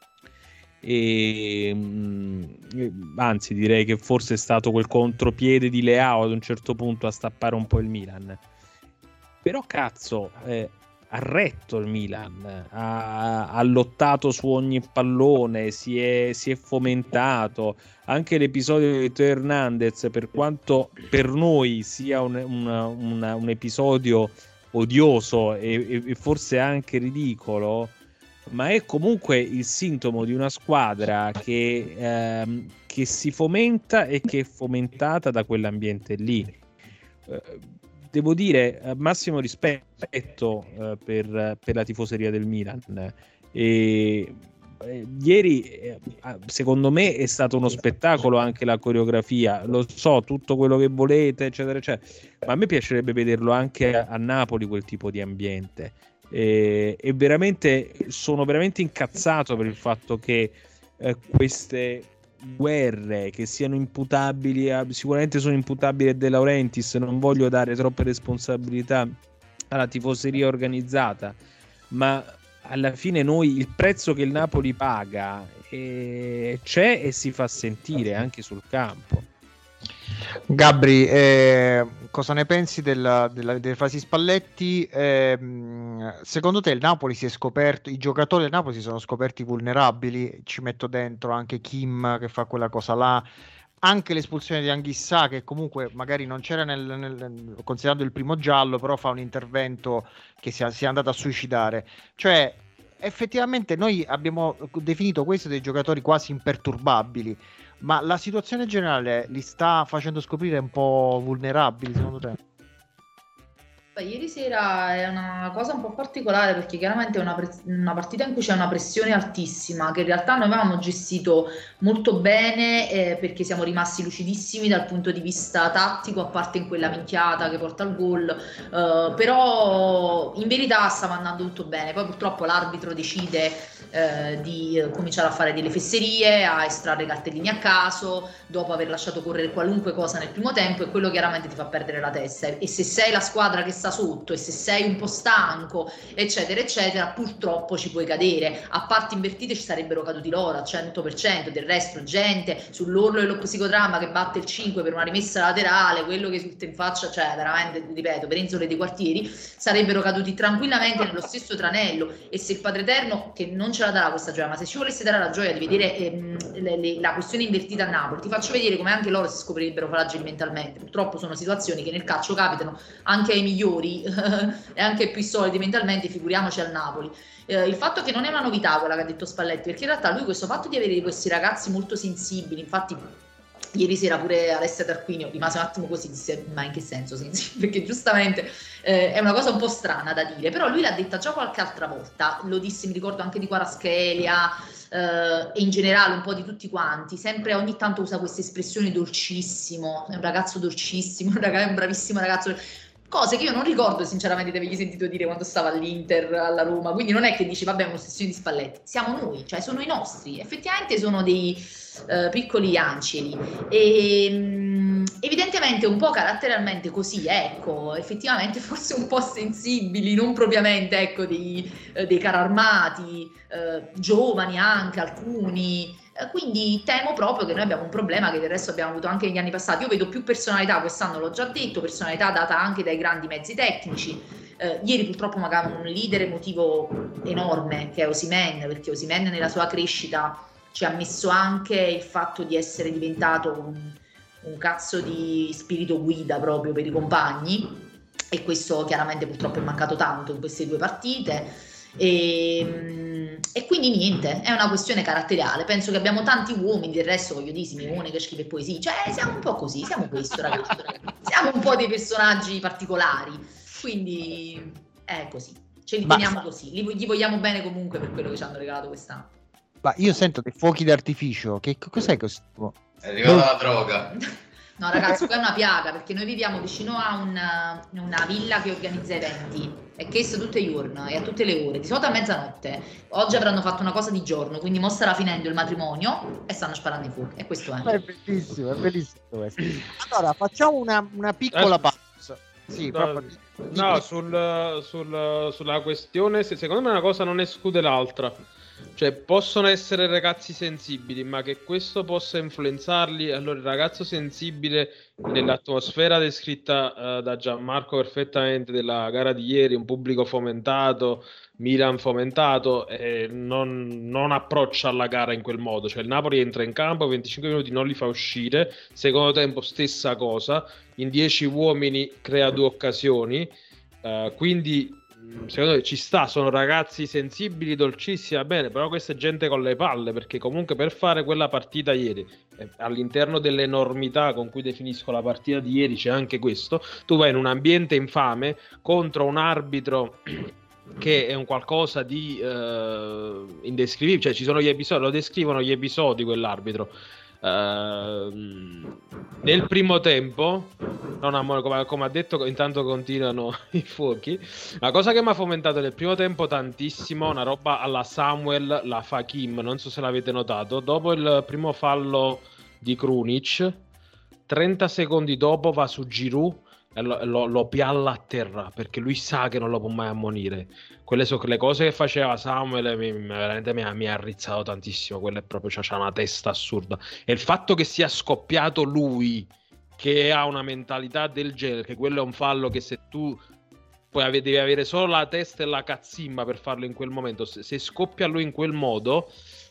Speaker 6: e anzi direi che forse è stato quel contropiede di Leao ad un certo punto a stappare un po' il Milan. Però cazzo, eh, ha retto il Milan, ha, ha lottato su ogni pallone, si è, si è fomentato. Anche l'episodio di Teo Hernandez, per quanto per noi sia un, una, una, un episodio odioso e, e forse anche ridicolo, ma è comunque il sintomo di una squadra che, ehm, che si fomenta e che è fomentata da quell'ambiente lì. Eh, devo dire, massimo rispetto eh, per, per la tifoseria del Milan. E eh, ieri eh, secondo me è stato uno spettacolo anche la coreografia, lo so, tutto quello che volete eccetera eccetera, ma a me piacerebbe vederlo anche a, a Napoli quel tipo di ambiente, e, e veramente sono veramente incazzato per il fatto che eh, queste guerre che siano imputabili a, sicuramente sono imputabili a De Laurentiis, non voglio dare troppe responsabilità alla tifoseria organizzata, ma alla fine noi il prezzo che il Napoli paga eh, c'è e si fa sentire anche sul campo.
Speaker 5: Gabri, eh, cosa ne pensi della, della, delle frasi Spalletti? Eh, secondo te il Napoli si è scoperto, i giocatori del Napoli si sono scoperti vulnerabili? Ci metto dentro anche Kim che fa quella cosa là. anche l'espulsione di Anghissà, che comunque magari non c'era nel, nel considerando il primo giallo, però fa un intervento che si, si è andato a suicidare. Cioè effettivamente noi abbiamo definito questo dei giocatori quasi imperturbabili, ma la situazione generale li sta facendo scoprire un po' vulnerabili, secondo te?
Speaker 1: Beh, ieri sera è una cosa un po' particolare, perché chiaramente è una, pre- una partita in cui c'è una pressione altissima, che in realtà noi avevamo gestito molto bene, eh, perché siamo rimasti lucidissimi dal punto di vista tattico, a parte in quella minchiata che porta al gol, eh, però in verità stava andando tutto bene. Poi purtroppo l'arbitro decide eh, di eh, cominciare a fare delle fesserie, a estrarre cartellini a caso, dopo aver lasciato correre qualunque cosa nel primo tempo, e quello chiaramente ti fa perdere la testa. E se sei la squadra che sta sotto, e se sei un po' stanco, eccetera eccetera, purtroppo ci puoi cadere. A parti invertite ci sarebbero caduti loro al cento per cento, del resto gente sull'orlo dello psicodramma che batte il cinque per una rimessa laterale, quello che esulta in faccia, cioè veramente, ripeto, Perenzole dei quartieri, sarebbero caduti tranquillamente nello stesso tranello. E se il Padre Eterno, che non ce la darà questa gioia, ma se ci volesse dare la gioia di vedere ehm, le, le, la questione invertita a Napoli, ti faccio vedere come anche loro si scoprirebbero fragili mentalmente. Purtroppo sono situazioni che nel calcio capitano anche ai migliori e anche ai più solidi mentalmente, figuriamoci al Napoli. Eh, il fatto che non è una novità quella che ha detto Spalletti, perché in realtà lui questo fatto di avere questi ragazzi molto sensibili, infatti ieri sera pure Alessia Tarquinio rimase un attimo così, disse ma in che senso sensibili? Perché giustamente eh, è una cosa un po' strana da dire, però lui l'ha detta già qualche altra volta, lo disse, mi ricordo anche di Kvaratskhelia, Uh, e in generale un po' di tutti quanti, sempre ogni tanto usa queste espressioni dolcissimo, è un ragazzo dolcissimo, un, ragazzo, un bravissimo ragazzo, cose che io non ricordo sinceramente di avergli sentito dire quando stava all'Inter, alla Roma. Quindi non è che dici vabbè è un'ossessione di Spalletti, siamo noi, cioè sono i nostri, effettivamente sono dei uh, piccoli anceli e um, evidentemente un po' caratterialmente così, ecco, effettivamente forse un po' sensibili, non propriamente ecco dei, uh, dei carri armati, uh, giovani anche alcuni. Quindi temo proprio che noi abbiamo un problema che del resto abbiamo avuto anche negli anni passati. Io vedo più personalità quest'anno, l'ho già detto, personalità data anche dai grandi mezzi tecnici. Eh, ieri purtroppo magari un leader emotivo enorme che è Osimhen, perché Osimhen nella sua crescita ci ha messo anche il fatto di essere diventato un, un cazzo di spirito guida proprio per i compagni, e questo chiaramente purtroppo è mancato tanto in queste due partite. E, e quindi niente, è una questione caratteriale. Penso che abbiamo tanti uomini, del resto voglio dire Simeone che scrive poesie, cioè siamo un po' così, siamo questo ragazzi, siamo un po' dei personaggi particolari, quindi è così, ce li teniamo Ma... così, gli, gli vogliamo bene comunque per quello che ci hanno regalato quest'anno.
Speaker 5: Ma io sento dei fuochi d'artificio, che cos'è questo?
Speaker 7: È arrivata la droga.
Speaker 1: No ragazzi, qua è una piaga, perché noi viviamo vicino a una, una villa che organizza eventi, e questo tutte i giorni e a tutte le ore, di solito a mezzanotte. Oggi avranno fatto una cosa di giorno, quindi mo starà finendo il matrimonio e stanno sparando i fuochi, e questo è.
Speaker 5: È bellissimo, è bellissimo questo. Allora facciamo una, una piccola pausa. Sì,
Speaker 8: no,
Speaker 5: proprio...
Speaker 8: no sul, sul, sulla questione, secondo me una cosa non esclude l'altra. Cioè possono essere ragazzi sensibili, ma che questo possa influenzarli. Allora il ragazzo sensibile nell'atmosfera descritta uh, da Gianmarco perfettamente della gara di ieri, un pubblico fomentato, Milan fomentato, eh, non, non approccia alla gara in quel modo. Cioè il Napoli entra in campo, venticinque minuti non li fa uscire, secondo tempo stessa cosa, in dieci uomini crea due occasioni, uh, quindi secondo me ci sta, sono ragazzi sensibili, dolcissimi, va bene, però questa è gente con le palle, perché comunque per fare quella partita ieri, eh, all'interno dell'enormità con cui definisco la partita di ieri c'è anche questo, tu vai in un ambiente infame contro un arbitro che è un qualcosa di eh, indescrivibile, cioè ci sono gli episodi, lo descrivono gli episodi quell'arbitro. Uh, nel primo tempo non amore, come, come ha detto, intanto continuano i fuochi. La cosa che mi ha fomentato nel primo tempo tantissimo, una roba alla Samuel, la fa Kim, non so se l'avete notato, dopo il primo fallo di Krunic trenta secondi dopo va su Giroud e lo, lo, lo pialla a terra, perché lui sa che non lo può mai ammonire. Quelle sono le cose che faceva Samuel, mi, veramente mi ha, mi ha arrizzato tantissimo. Quella è proprio, c'ha una testa assurda, e il fatto che sia scoppiato lui, che ha una mentalità del genere, che quello è un fallo che se tu poi ave, devi avere solo la testa e la cazzimma per farlo in quel momento, se, se scoppia lui in quel modo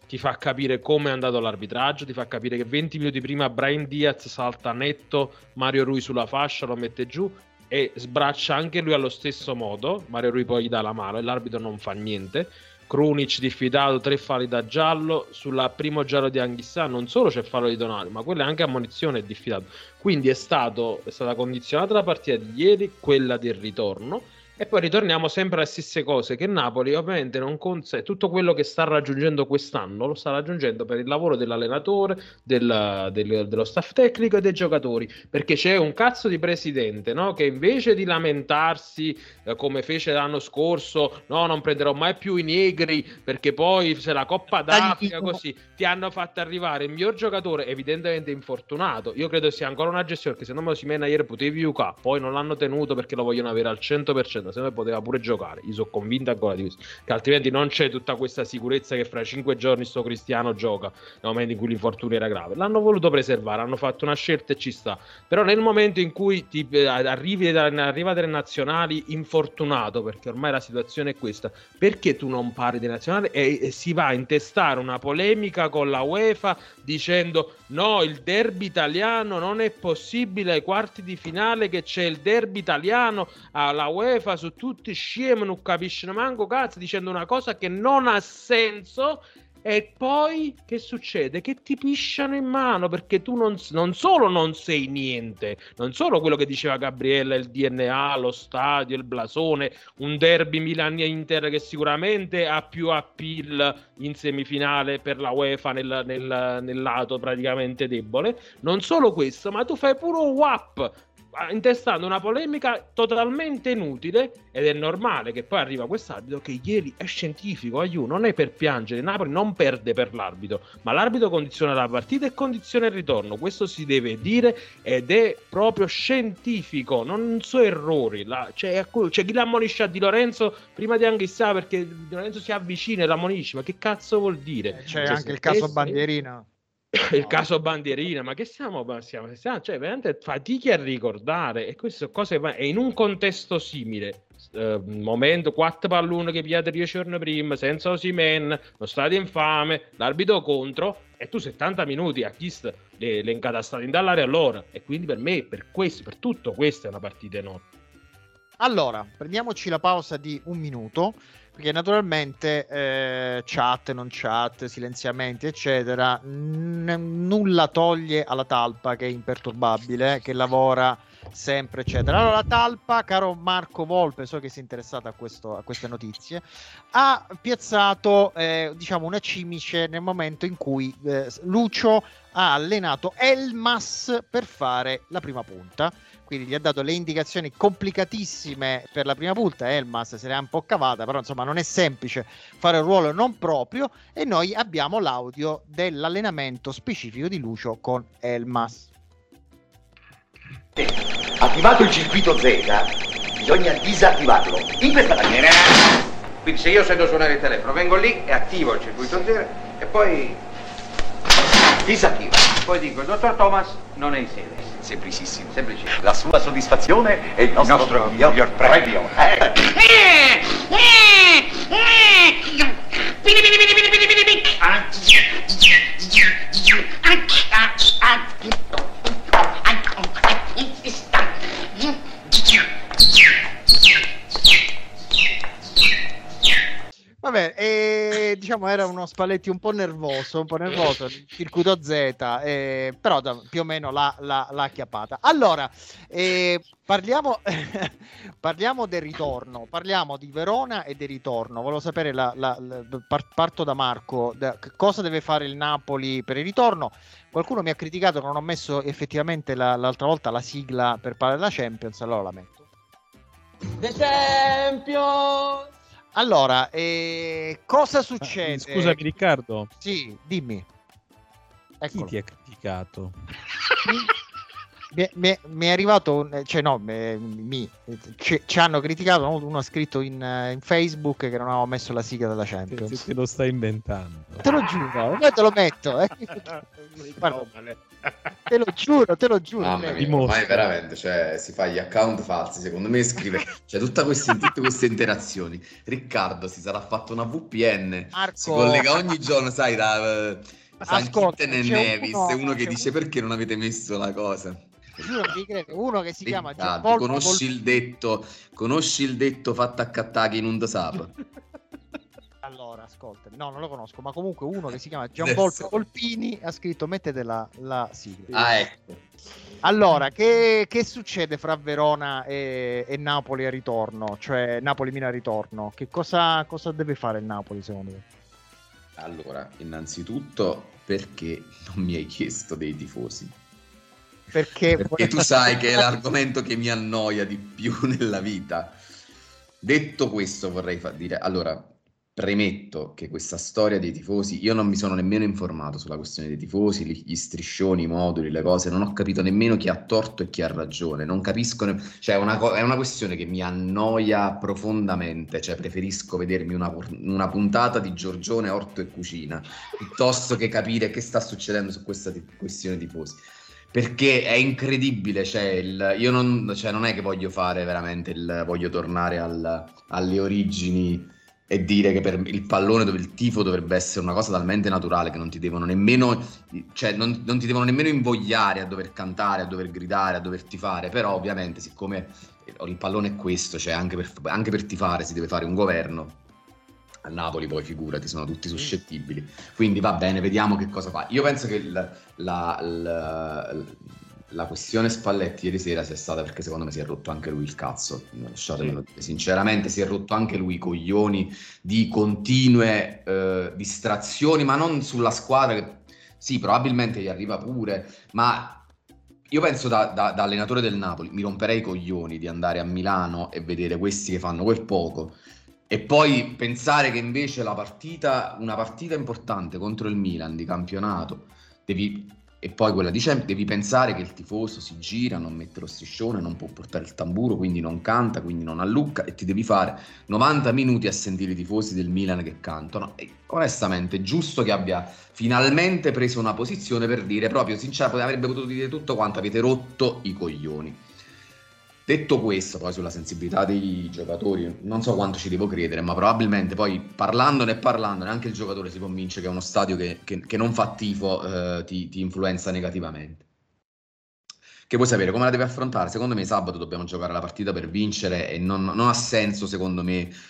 Speaker 8: ti fa capire come è andato l'arbitraggio, ti fa capire che venti minuti prima Brahim Diaz salta netto Mario Rui sulla fascia, lo mette giù e sbraccia anche lui allo stesso modo. Mario Rui poi gli dà la mano e l'arbitro non fa niente. Krunic diffidato, tre falli da giallo. Sulla primo giallo di Anghissà non solo c'è fallo di Tonali, ma quella è anche ammonizione e diffidato. Quindi è, stato, è stata condizionata la partita di ieri, quella del ritorno. E poi ritorniamo sempre alle stesse cose, che Napoli ovviamente non consente tutto quello che sta raggiungendo quest'anno, lo sta raggiungendo per il lavoro dell'allenatore, del, del, dello staff tecnico e dei giocatori, perché c'è un cazzo di presidente, no? Che invece di lamentarsi eh, come fece l'anno scorso, no, non prenderò mai più i negri perché poi se la Coppa d'Africa così ti hanno fatto arrivare il miglior giocatore evidentemente infortunato. Io credo sia ancora una gestione, perché se non me lo si mena ieri potevi giocare, poi non l'hanno tenuto perché lo vogliono avere al cento per cento, se no poteva pure giocare. Io sono convinto ancora di questo, che altrimenti non c'è tutta questa sicurezza che fra cinque giorni sto Cristiano gioca nel momento in cui l'infortunio era grave. L'hanno voluto preservare, hanno fatto una scelta e ci sta, però nel momento in cui ti eh, arrivi arriva delle nazionali infortunato, perché ormai la situazione è questa, perché tu non parli delle nazionali e, e si va a intestare una polemica con la UEFA dicendo no, il derby italiano non è possibile ai quarti di finale che c'è il derby italiano, alla UEFA su tutti scemi, non capiscono manco cazzo, dicendo una cosa che non ha senso. E poi che succede? Che ti pisciano in mano, perché tu non, non solo non sei niente, non solo quello che diceva Gabriella, il D N A, lo stadio, il blasone, un derby Milan-Inter che sicuramente ha più appeal in semifinale per la UEFA nel, nel, nel lato praticamente debole. Non solo questo, ma tu fai pure un W A P intestando una polemica totalmente inutile, ed è normale che poi arriva quest'arbitro che ieri è scientifico, aiuto, non è per piangere, Napoli non perde per l'arbitro, ma l'arbitro condiziona la partita e condiziona il ritorno, questo si deve dire ed è proprio scientifico, non so errori. La, c'è, c'è chi l'ammonisce a Di Lorenzo prima di Anghissà perché Di Lorenzo si avvicina e l'ammonisce, ma che cazzo vuol dire?
Speaker 5: C'è
Speaker 8: cioè,
Speaker 5: anche il caso Bandierina.
Speaker 8: Il caso Bandierina, ma che stiamo, stiamo, stiamo cioè veramente fatichi a ricordare, e queste cose va, e in un contesto simile, eh, momento quattro pallone che pigliate dieci giorni prima senza Osimhen, lo stadio infame, l'arbitro contro, e tu settanta minuti a chi sta, le, le incatastate in dall'area allora, e quindi per me, per questo, per tutto questa è una partita enorme.
Speaker 5: Allora, prendiamoci la pausa di un minuto, perché naturalmente eh, chat, non chat, silenziamenti, eccetera, n- nulla toglie alla Talpa, che è imperturbabile, che lavora sempre, eccetera. Allora, la Talpa, caro Marco Volpe, so che sei interessato a, questo, a queste notizie, ha piazzato eh, diciamo una cimice nel momento in cui eh, Lucio ha allenato Elmas per fare la prima punta. Quindi gli ha dato le indicazioni complicatissime per la prima punta. Elmas se l'è un po' cavata, però insomma non è semplice fare un ruolo non proprio, e noi abbiamo l'audio dell'allenamento specifico di Lucio con Elmas.
Speaker 10: Attivato il circuito Z, bisogna disattivarlo in questa maniera. Quindi se io sento suonare il telefono, vengo lì e attivo il circuito Z e poi disattivo. Poi dico, il dottor Thomas non è in sede. Semplicissimo. Semplicissimo. La sua soddisfazione è il nostro, il nostro miglior, miglior premio. Eh.
Speaker 5: Vabbè, e, diciamo era uno Spalletti un po' nervoso, un po' nervoso, il circuito Z, eh, però da, più o meno l'ha, l'ha, l'ha acchiappata. Allora, eh, parliamo, parliamo del ritorno, parliamo di Verona e del ritorno. Volevo sapere, la, la, la, parto da Marco, da, cosa deve fare il Napoli per il ritorno? Qualcuno mi ha criticato che non ho messo effettivamente la, l'altra volta la sigla per parlare della Champions, allora la metto. The Champions! Allora, eh, cosa succede?
Speaker 6: Ah, scusami Riccardo.
Speaker 5: Sì, dimmi. Eccolo.
Speaker 6: Chi ti ha criticato?
Speaker 5: mi, mi, mi è arrivato, un, cioè no, mi, mi ci, ci hanno criticato, uno ha scritto in, in Facebook che non avevo messo la sigla della Champions.
Speaker 6: Se te lo stai inventando.
Speaker 5: Te lo giuro, io te lo metto. Eh. Guarda, Te lo giuro, te lo giuro.
Speaker 7: Mamma mia, ormai veramente, cioè, si fa gli account falsi, secondo me scrive, cioè tutta queste, tutte queste interazioni. Riccardo si sarà fatto una V P N,
Speaker 5: Marco,
Speaker 7: si collega ogni giorno, sai, da uh, San
Speaker 5: ascolta,
Speaker 7: Kitten e
Speaker 5: c'è
Speaker 7: Nevis,
Speaker 5: uno,
Speaker 7: uno che
Speaker 5: c'è
Speaker 7: dice
Speaker 5: uno-
Speaker 7: perché non avete messo la cosa.
Speaker 5: Giuro, mi credo, uno che si chiama
Speaker 7: Riccardo,
Speaker 5: Gianvolto
Speaker 7: conosci
Speaker 5: Vol-
Speaker 7: il detto, conosci il detto fatto a cattacchi in un sap?
Speaker 5: Allora, ascolta, no, non lo conosco, ma comunque uno che si chiama Gianvolto
Speaker 7: Adesso.
Speaker 5: Colpini ha scritto mettete la, la sigla.
Speaker 7: Ah, ecco.
Speaker 5: Allora, che, che succede fra Verona e, e Napoli a ritorno? Cioè Napoli-Milan a ritorno? Che cosa, cosa deve fare il Napoli secondo te?
Speaker 7: Allora, innanzitutto, perché non mi hai chiesto dei tifosi?
Speaker 5: Perché,
Speaker 7: Perché tu sai che è l'argomento che mi annoia di più nella vita. Detto questo, vorrei fa- dire, allora, premetto che questa storia dei tifosi, io non mi sono nemmeno informato sulla questione dei tifosi, gli gli striscioni, i moduli, le cose, non ho capito nemmeno chi ha torto e chi ha ragione, non capisco, ne- cioè è una, co- è una questione che mi annoia profondamente, cioè preferisco vedermi una, pur- una puntata di Giorgione, Orto e Cucina, piuttosto che capire che sta succedendo su questa ti- questione tifosi. Perché è incredibile, cioè, il, io non, cioè, non è che voglio fare veramente il, voglio tornare al- alle origini e dire che per il pallone dove il tifo dovrebbe essere una cosa talmente naturale che non ti devono nemmeno, cioè non, non ti devono nemmeno invogliare a dover cantare, a dover gridare, a dover tifare, però ovviamente siccome il pallone è questo, cioè anche per, anche per tifare si deve fare un governo. A Napoli poi figurati, sono tutti suscettibili, quindi va bene, vediamo che cosa fa. Io penso che il- la, la- la questione Spalletti ieri sera sia stata perché secondo me si è rotto anche lui il cazzo, lasciatemelo dire sinceramente, si è rotto anche lui i coglioni di continue eh, distrazioni, ma non sulla squadra che sì, probabilmente gli arriva pure, ma io penso da, da- da allenatore del Napoli mi romperei i coglioni di andare a Milano e vedere questi che fanno quel poco e poi pensare che invece la partita, una partita importante contro il Milan di campionato, devi, e poi quella di Champions, devi pensare che il tifoso si gira, non mette lo striscione, non può portare il tamburo, quindi non canta, quindi non allucca e ti devi fare novanta minuti a sentire i tifosi del Milan che cantano. E onestamente è giusto che abbia finalmente preso una posizione per dire proprio sinceramente, avrebbe potuto dire tutto quanto, avete rotto i coglioni. Detto questo, poi sulla sensibilità dei giocatori, non so quanto ci devo credere, ma probabilmente poi parlandone e parlandone anche il giocatore si convince che è uno stadio che, che- che non fa tifo, eh, ti, ti influenza negativamente. Che vuoi sapere come la deve affrontare? Secondo me sabato dobbiamo giocare la partita per vincere e non, non ha senso secondo me eh,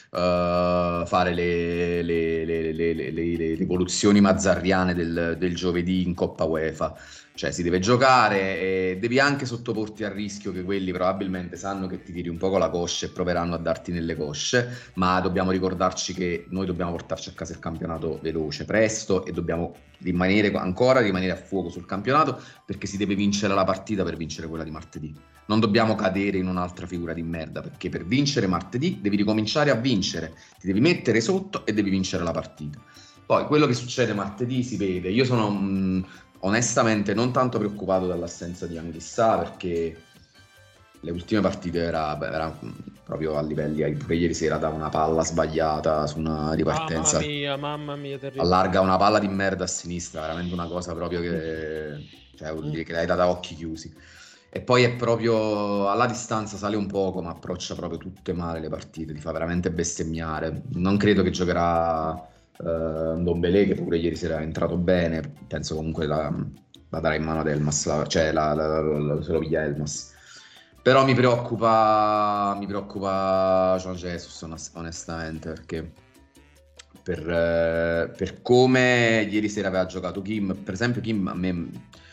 Speaker 7: fare le, le, le, le, le, le- le rivoluzioni mazzarriane del, del giovedì in Coppa UEFA. Cioè si deve giocare e devi anche sottoporti al rischio che quelli probabilmente sanno che ti tiri un po' con la coscia e proveranno a darti nelle cosce, ma dobbiamo ricordarci che noi dobbiamo portarci a casa il campionato veloce, presto e dobbiamo rimanere ancora rimanere a fuoco sul campionato perché si deve vincere la partita per vincere quella di martedì. Non dobbiamo cadere in un'altra figura di merda perché per vincere martedì devi ricominciare a vincere, ti devi mettere sotto e devi vincere la partita. Poi quello che succede martedì si vede. Io sono mh, onestamente non tanto preoccupato dall'assenza di Anghissà perché le ultime partite era, beh, era mh, proprio a livelli, pure ieri sera dava una palla sbagliata su una ripartenza,
Speaker 8: Mamma mia, mamma mia, terribile.
Speaker 7: allarga una palla di merda a sinistra, veramente una cosa proprio che, cioè, vuol dire che l'hai data a occhi chiusi. E poi è proprio alla distanza sale un poco, ma approccia proprio tutte male le partite, ti fa veramente bestemmiare. Non credo che giocherà eh, Ndombele, che pure ieri sera è entrato bene, penso comunque la, la darà in mano ad Elmas, la- cioè la, la, la- la- se lo piglia Elmas. Però mi preoccupa, mi preoccupa Jean Jesus onest- onestamente, perché per, eh, per come ieri sera aveva giocato Kim, per esempio Kim a me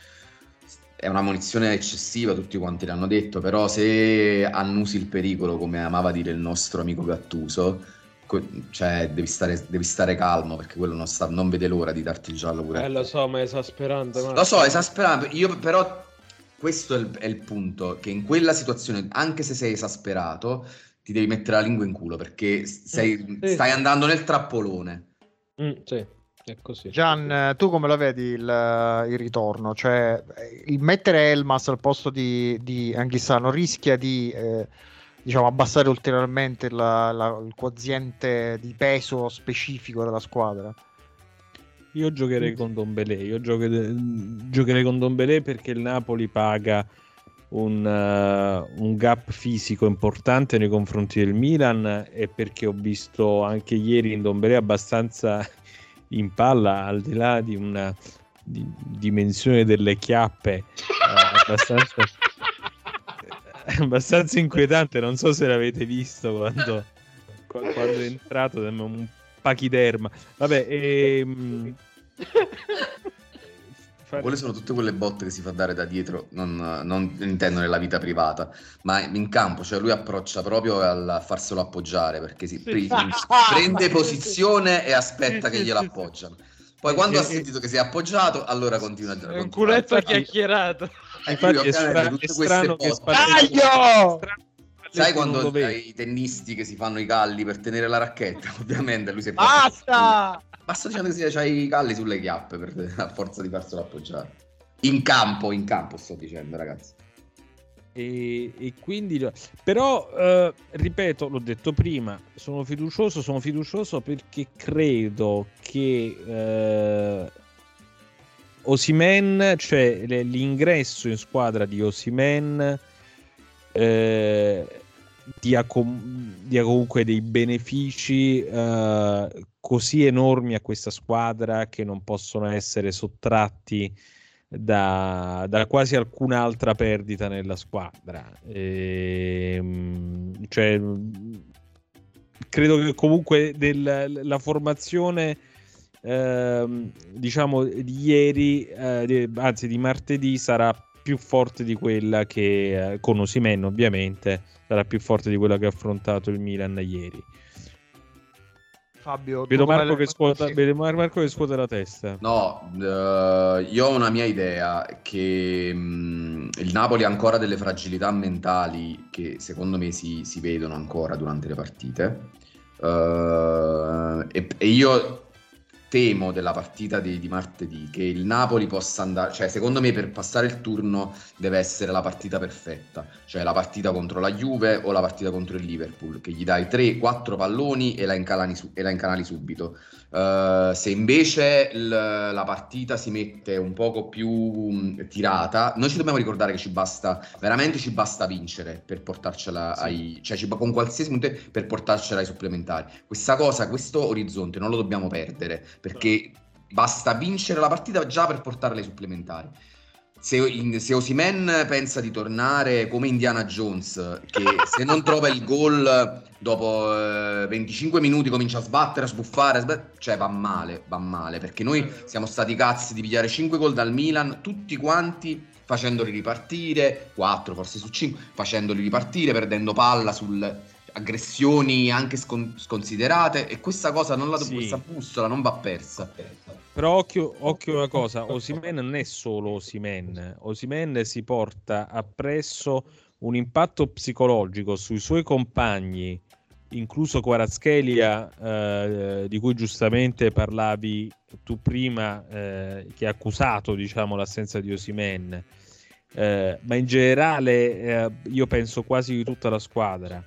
Speaker 7: è una munizione eccessiva, tutti quanti l'hanno detto, però se annusi il pericolo, come amava dire il nostro amico Gattuso, co- cioè devi stare, devi stare calmo perché quello non, sta, non vede l'ora di darti il giallo pure.
Speaker 8: Eh, lo so, ma è esasperante.
Speaker 7: Lo so, è esasperante, io però questo è il, è il punto, che in quella situazione, anche se sei esasperato, ti devi mettere la lingua in culo perché sei-
Speaker 8: Mm, sì.
Speaker 7: stai andando nel trappolone.
Speaker 8: Mm, sì, è così.
Speaker 5: Gian, eh, tu come la vedi il, il ritorno? Cioè, eh, il mettere Elmas al posto di, di Anghissà non rischia di eh, diciamo, abbassare ulteriormente la- la- il quoziente di peso specifico della squadra?
Speaker 6: io giocherei con Dombele, io giocherei, giocherei con Dombele perché il Napoli paga un, uh, un gap fisico importante nei confronti del Milan e perché ho visto anche ieri in Dombele abbastanza in palla, al di là di una di, dimensione delle chiappe uh, abbastanza abbastanza inquietante. Non so se l'avete visto quando, quando è entrato, un pachiderma. Vabbè, ehm...
Speaker 7: quelle sono tutte quelle botte che si fa dare da dietro, non, non intendo nella vita privata, ma in campo, cioè lui approccia proprio a farselo appoggiare, perché si
Speaker 8: sì.
Speaker 7: prende posizione e aspetta
Speaker 8: sì,
Speaker 7: che glielo
Speaker 8: sì,
Speaker 7: appoggiano. Poi quando ha sentito che si è appoggiato, allora continua a
Speaker 8: giocare. È un culetto chiacchierato.
Speaker 7: Infatti è, stra- tutte
Speaker 6: è strano
Speaker 7: queste
Speaker 6: che
Speaker 5: Taglio!
Speaker 7: Sai quando i tennisti che si fanno i calli per tenere la racchetta, ovviamente lui si è
Speaker 5: basta
Speaker 7: basta dicendo che c'hai i calli sulle chiappe per, a forza di farselo appoggiare in campo, in campo sto dicendo, ragazzi.
Speaker 6: E, e quindi però eh, ripeto, l'ho detto prima, sono fiducioso sono fiducioso perché credo che eh, Osimhen, cioè l'ingresso in squadra di Osimhen eh, dia, com- dia comunque dei benefici eh, così enormi a questa squadra che non possono essere sottratti da, da quasi alcun'altra perdita nella squadra. E, cioè, credo che comunque del, la formazione eh, diciamo di ieri, eh, di, anzi di martedì, sarà più forte di quella che eh, con Osimhen ovviamente sarà più forte di quella che ha affrontato il Milan ieri.
Speaker 5: Fabio,
Speaker 6: vedo Marco che, scuota, vedo Marco che scuote la testa.
Speaker 7: No, uh, io ho una mia idea, che um, il Napoli ha ancora delle fragilità mentali che secondo me si, si vedono ancora durante le partite, uh, e, e io temo della partita di, di martedì che il Napoli possa andare, cioè secondo me per passare il turno deve essere la partita perfetta, cioè la partita contro la Juve o la partita contro il Liverpool, che gli dai tre quattro palloni e la incanali, su- e la incanali subito. Uh, se invece l- la partita si mette un poco più um, tirata, noi ci dobbiamo ricordare che ci basta, veramente ci basta vincere per portarcela sì. ai, cioè ci, con qualsiasi punto per portarcela ai supplementari. Questa cosa, questo orizzonte non lo dobbiamo perdere, perché basta vincere la partita già per portarla ai supplementari. Se, in, se Osimhen pensa di tornare come Indiana Jones, che se non trova il gol dopo eh, venticinque minuti comincia a sbattere, a sbuffare, a sbattere, cioè va male, va male, perché noi siamo stati cazzi di pigliare cinque gol dal Milan, tutti quanti facendoli ripartire, quattro forse su cinque, facendoli ripartire, perdendo palla sul... aggressioni anche scon- sconsiderate, e questa cosa non la
Speaker 6: sì.
Speaker 7: questa bussola non va persa.
Speaker 6: Però occhio, occhio una cosa, Osimhen non è solo Osimhen, Osimhen si porta appresso un impatto psicologico sui suoi compagni, incluso Kvaratskhelia, eh, di cui giustamente parlavi tu prima, eh, che ha accusato, diciamo, l'assenza di Osimhen, eh, ma in generale eh, io penso quasi di tutta la squadra.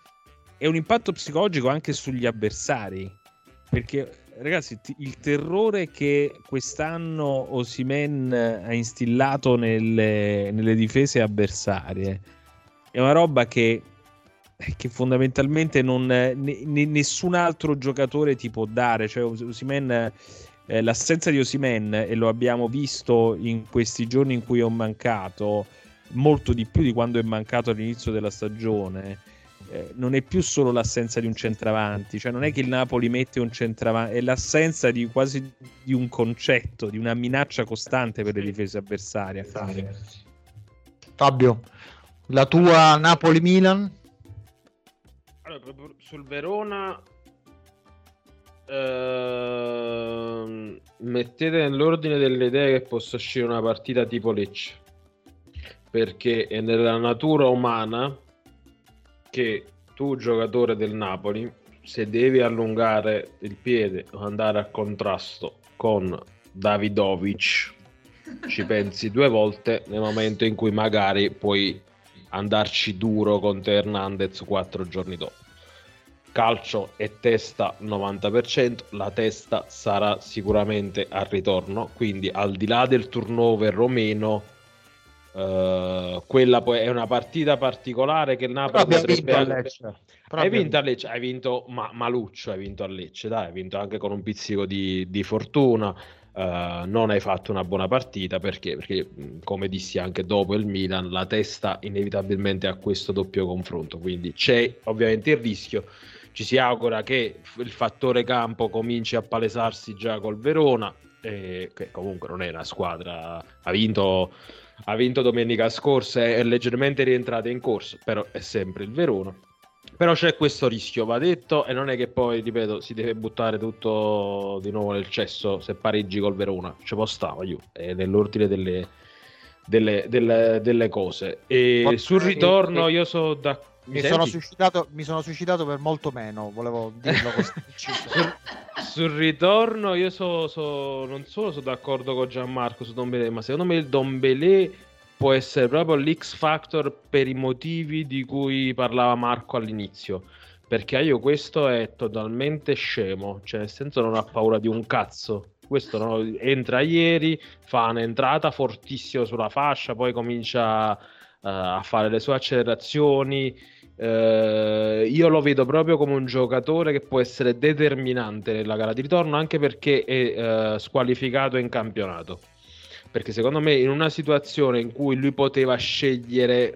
Speaker 6: È un impatto psicologico anche sugli avversari, perché ragazzi, t- il terrore che quest'anno Osimhen ha instillato nelle, nelle difese avversarie è una roba che, che fondamentalmente non, ne, ne, nessun altro giocatore ti può dare. Cioè Osimhen, eh, l'assenza di Osimhen, e lo abbiamo visto in questi giorni in cui ho mancato molto di più di quando è mancato all'inizio della stagione, Eh, non è più solo l'assenza di un centravanti, cioè non è che il Napoli mette un centravanti, è l'assenza di quasi di un concetto, di una minaccia costante per le difese avversarie.
Speaker 5: Fabio, la tua Napoli-Milan?
Speaker 8: Allora, sul Verona ehm, mettete nell'ordine delle idee che possa uscire una partita tipo Lecce, perché è nella natura umana che tu, giocatore del Napoli, se devi allungare il piede o andare a contrasto con Davidovic, ci pensi due volte nel momento in cui magari puoi andarci duro con Te Hernandez quattro giorni dopo. calcio e testa novanta per cento, la testa sarà sicuramente al ritorno, quindi al di là del turnover o meno, uh, quella poi è una partita particolare che il Napoli potrebbe anche... Hai vinto a Lecce, hai vinto ma, maluccio, hai vinto a Lecce, dai, hai vinto anche con un pizzico di, di fortuna. Uh, non hai fatto una buona partita perché, perché come dissi anche dopo il Milan, la testa inevitabilmente ha questo doppio confronto, quindi c'è ovviamente il rischio. Ci si augura che il fattore campo cominci a palesarsi già col Verona, eh, che comunque non è una squadra, ha vinto, ha vinto domenica scorsa, è leggermente rientrata in corsa, però è sempre il Verona. Però c'è questo rischio, va detto, e non è che poi, ripeto, si deve buttare tutto di nuovo nel cesso se pareggi col Verona, ci può stare, io, è nell'ordine delle, delle, delle, delle cose. E Forse sul ritorno io so da... Mi, mi, sono suicidato,
Speaker 5: mi sono suicidato per molto meno, volevo dirlo così.
Speaker 8: sul, sul ritorno io so, so, non solo sono d'accordo con Gianmarco su Dombele, ma secondo me il Dombele può essere proprio l'X Factor per i motivi di cui parlava Marco all'inizio, perché io questo è totalmente scemo, cioè nel senso non ha paura di un cazzo. Questo no, entra ieri, fa un'entrata fortissima sulla fascia, poi comincia uh, a fare le sue accelerazioni. Uh, io lo vedo proprio come un giocatore che può essere determinante nella gara di ritorno, anche perché è uh, squalificato in campionato. Perché secondo me in una situazione in cui lui poteva scegliere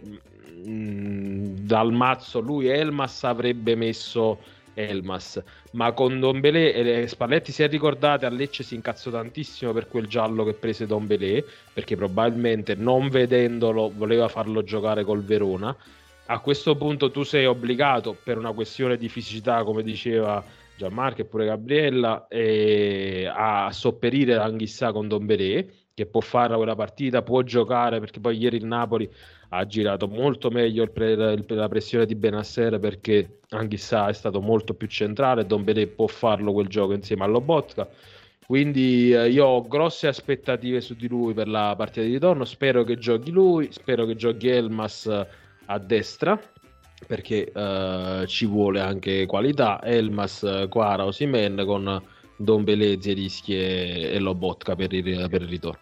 Speaker 8: mh, dal mazzo lui e Elmas, avrebbe messo Elmas, ma con Dombele e Spalletti, si è ricordate, a Lecce si incazzò tantissimo per quel giallo che prese Dombele, perché probabilmente non vedendolo voleva farlo giocare col Verona. A questo punto tu sei obbligato, per una questione di fisicità, come diceva Gianmarco e pure Gabriella, e a sopperire Anghissà con Dombele, che può fare quella partita, può giocare, perché poi ieri il Napoli ha girato molto meglio il pre, il, la pressione di Benasser, perché Anghissà è stato molto più centrale e Dombele può farlo quel gioco insieme a Lobotka. Quindi eh, io ho grosse aspettative su di lui per la partita di ritorno, spero che giochi lui, spero che giochi Elmas a destra, perché eh, ci vuole anche qualità, Elmas, Quara, Osimhen, con Dombele, Zierischi e, e Lobotka per il, per il ritorno.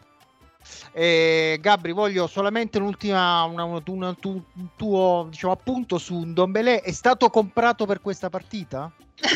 Speaker 5: Eh, Gabri, voglio solamente un'ultima una, una, una, tu, un tuo diciamo, appunto su Dombele. È stato comprato per questa partita?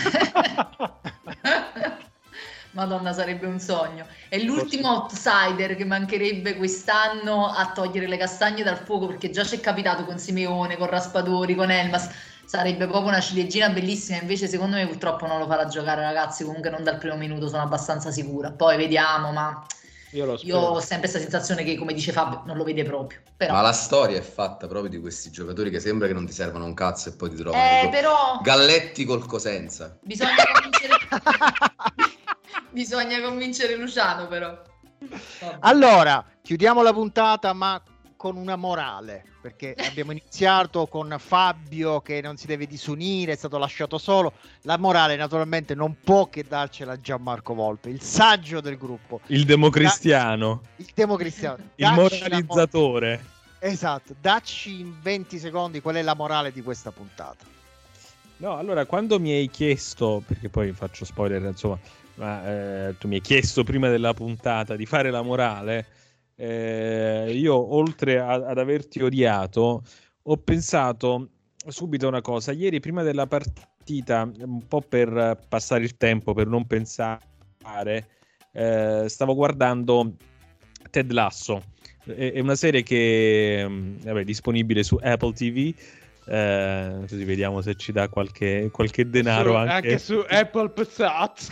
Speaker 1: Madonna, sarebbe un sogno. È l'ultimo outsider che mancherebbe quest'anno a togliere le castagne dal fuoco, perché già ci è capitato con Simeone, con Raspadori, con Elmas. Sarebbe proprio una ciliegina bellissima, invece secondo me purtroppo non lo farà giocare, ragazzi, comunque non dal primo minuto, sono abbastanza sicura. Poi vediamo, ma io, lo io ho sempre questa sensazione che, come dice Fabio, non lo vede proprio. Però... Ma
Speaker 7: la storia è fatta proprio di questi giocatori che sembra che non ti servano un cazzo e poi ti trovano
Speaker 1: eh, però...
Speaker 7: Galletti col Cosenza.
Speaker 1: Bisogna convincere... Bisogna convincere Luciano, però. Vabbè.
Speaker 5: Allora, chiudiamo la puntata, ma con una morale, perché abbiamo iniziato con Fabio che non si deve disunire, è stato lasciato solo. La morale naturalmente non può che darcela Gianmarco Volpe, il saggio del gruppo,
Speaker 6: il democristiano,
Speaker 5: da- il democristiano,
Speaker 6: il moralizzatore.
Speaker 5: Esatto, dacci in venti secondi qual è la morale di questa puntata.
Speaker 6: No, allora, quando mi hai chiesto, perché poi faccio spoiler, insomma, ma eh, tu mi hai chiesto prima della puntata di fare la morale, eh, io oltre a, ad averti odiato ho pensato subito a una cosa. Ieri prima della partita, un po' per passare il tempo, per non pensare, eh, stavo guardando Ted Lasso. È, è una serie che vabbè, è disponibile su Apple T V. Eh, così vediamo se ci dà qualche, qualche denaro
Speaker 8: su,
Speaker 6: anche.
Speaker 8: anche su Apple Passat.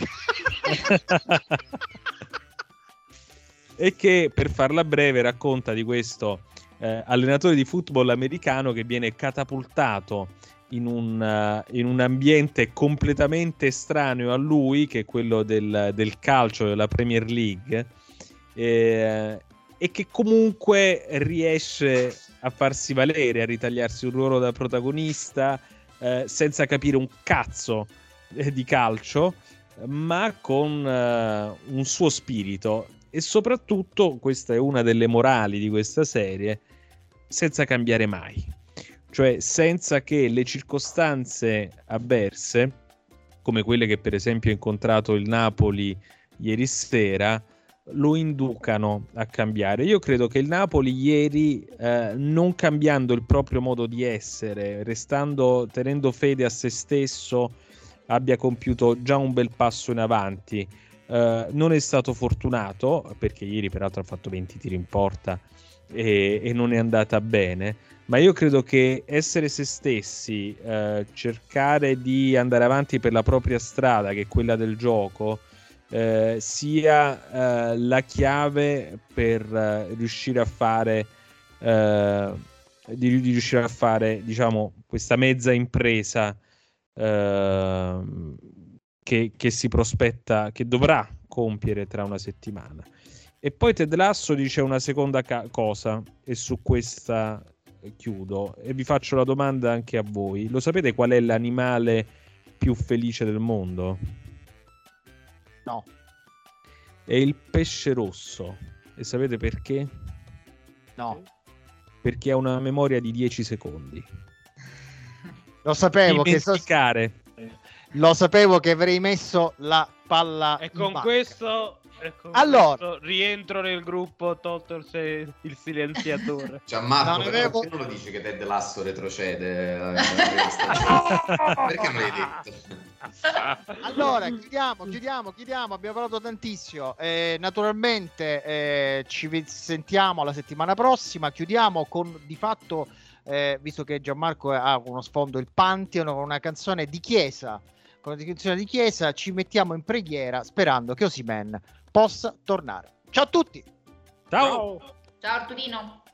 Speaker 6: E che, per farla breve, racconta di questo eh, allenatore di football americano che viene catapultato in un, uh, in un ambiente completamente estraneo a lui, che è quello del, del calcio, della Premier League, eh, e che comunque riesce a farsi valere, a ritagliarsi un ruolo da protagonista, eh, senza capire un cazzo eh, di calcio, ma con uh, un suo spirito. E soprattutto, questa è una delle morali di questa serie, senza cambiare mai. cioè senza che le circostanze avverse, come quelle che per esempio ha incontrato il Napoli ieri sera, lo inducano a cambiare. Io credo che il Napoli ieri, eh, non cambiando il proprio modo di essere, restando, tenendo fede a se stesso, abbia compiuto già un bel passo in avanti. Uh, non è stato fortunato, perché ieri peraltro ha fatto venti tiri in porta e, e non è andata bene, ma io credo che essere se stessi, uh, cercare di andare avanti per la propria strada, che è quella del gioco, uh, sia uh, la chiave per uh, riuscire a fare uh, di, di riuscire a fare, diciamo, questa mezza impresa uh, Che, che si prospetta, che dovrà compiere tra una settimana. E poi Ted Lasso dice una seconda ca- cosa, e su questa chiudo e vi faccio la domanda anche a voi. Lo sapete qual è l'animale più felice del mondo?
Speaker 5: No.
Speaker 6: È il pesce rosso. E sapete perché?
Speaker 5: No.
Speaker 6: Perché ha una memoria di dieci secondi.
Speaker 5: Lo sapevo che so- Lo sapevo che avrei messo la palla
Speaker 11: e con
Speaker 5: in
Speaker 11: questo, e con
Speaker 5: allora
Speaker 11: questo rientro nel gruppo, tolto il, se- il silenziatore.
Speaker 7: Gianmarco,
Speaker 5: Non
Speaker 7: però
Speaker 5: avevo-
Speaker 7: perché non lo dici che Ted Lasso retrocede? Perché non l'hai detto?
Speaker 5: Allora chiudiamo, chiudiamo, chiudiamo. Abbiamo parlato tantissimo. Eh, naturalmente eh, ci ve- sentiamo la settimana prossima. Chiudiamo con di fatto, eh, visto che Gianmarco ha uno sfondo il Pantheon, con una canzone di Chiesa. Con la canzone di Chiesa ci mettiamo in preghiera sperando che Osimhen possa tornare. Ciao a tutti.
Speaker 6: Ciao.
Speaker 1: Ciao Arturino.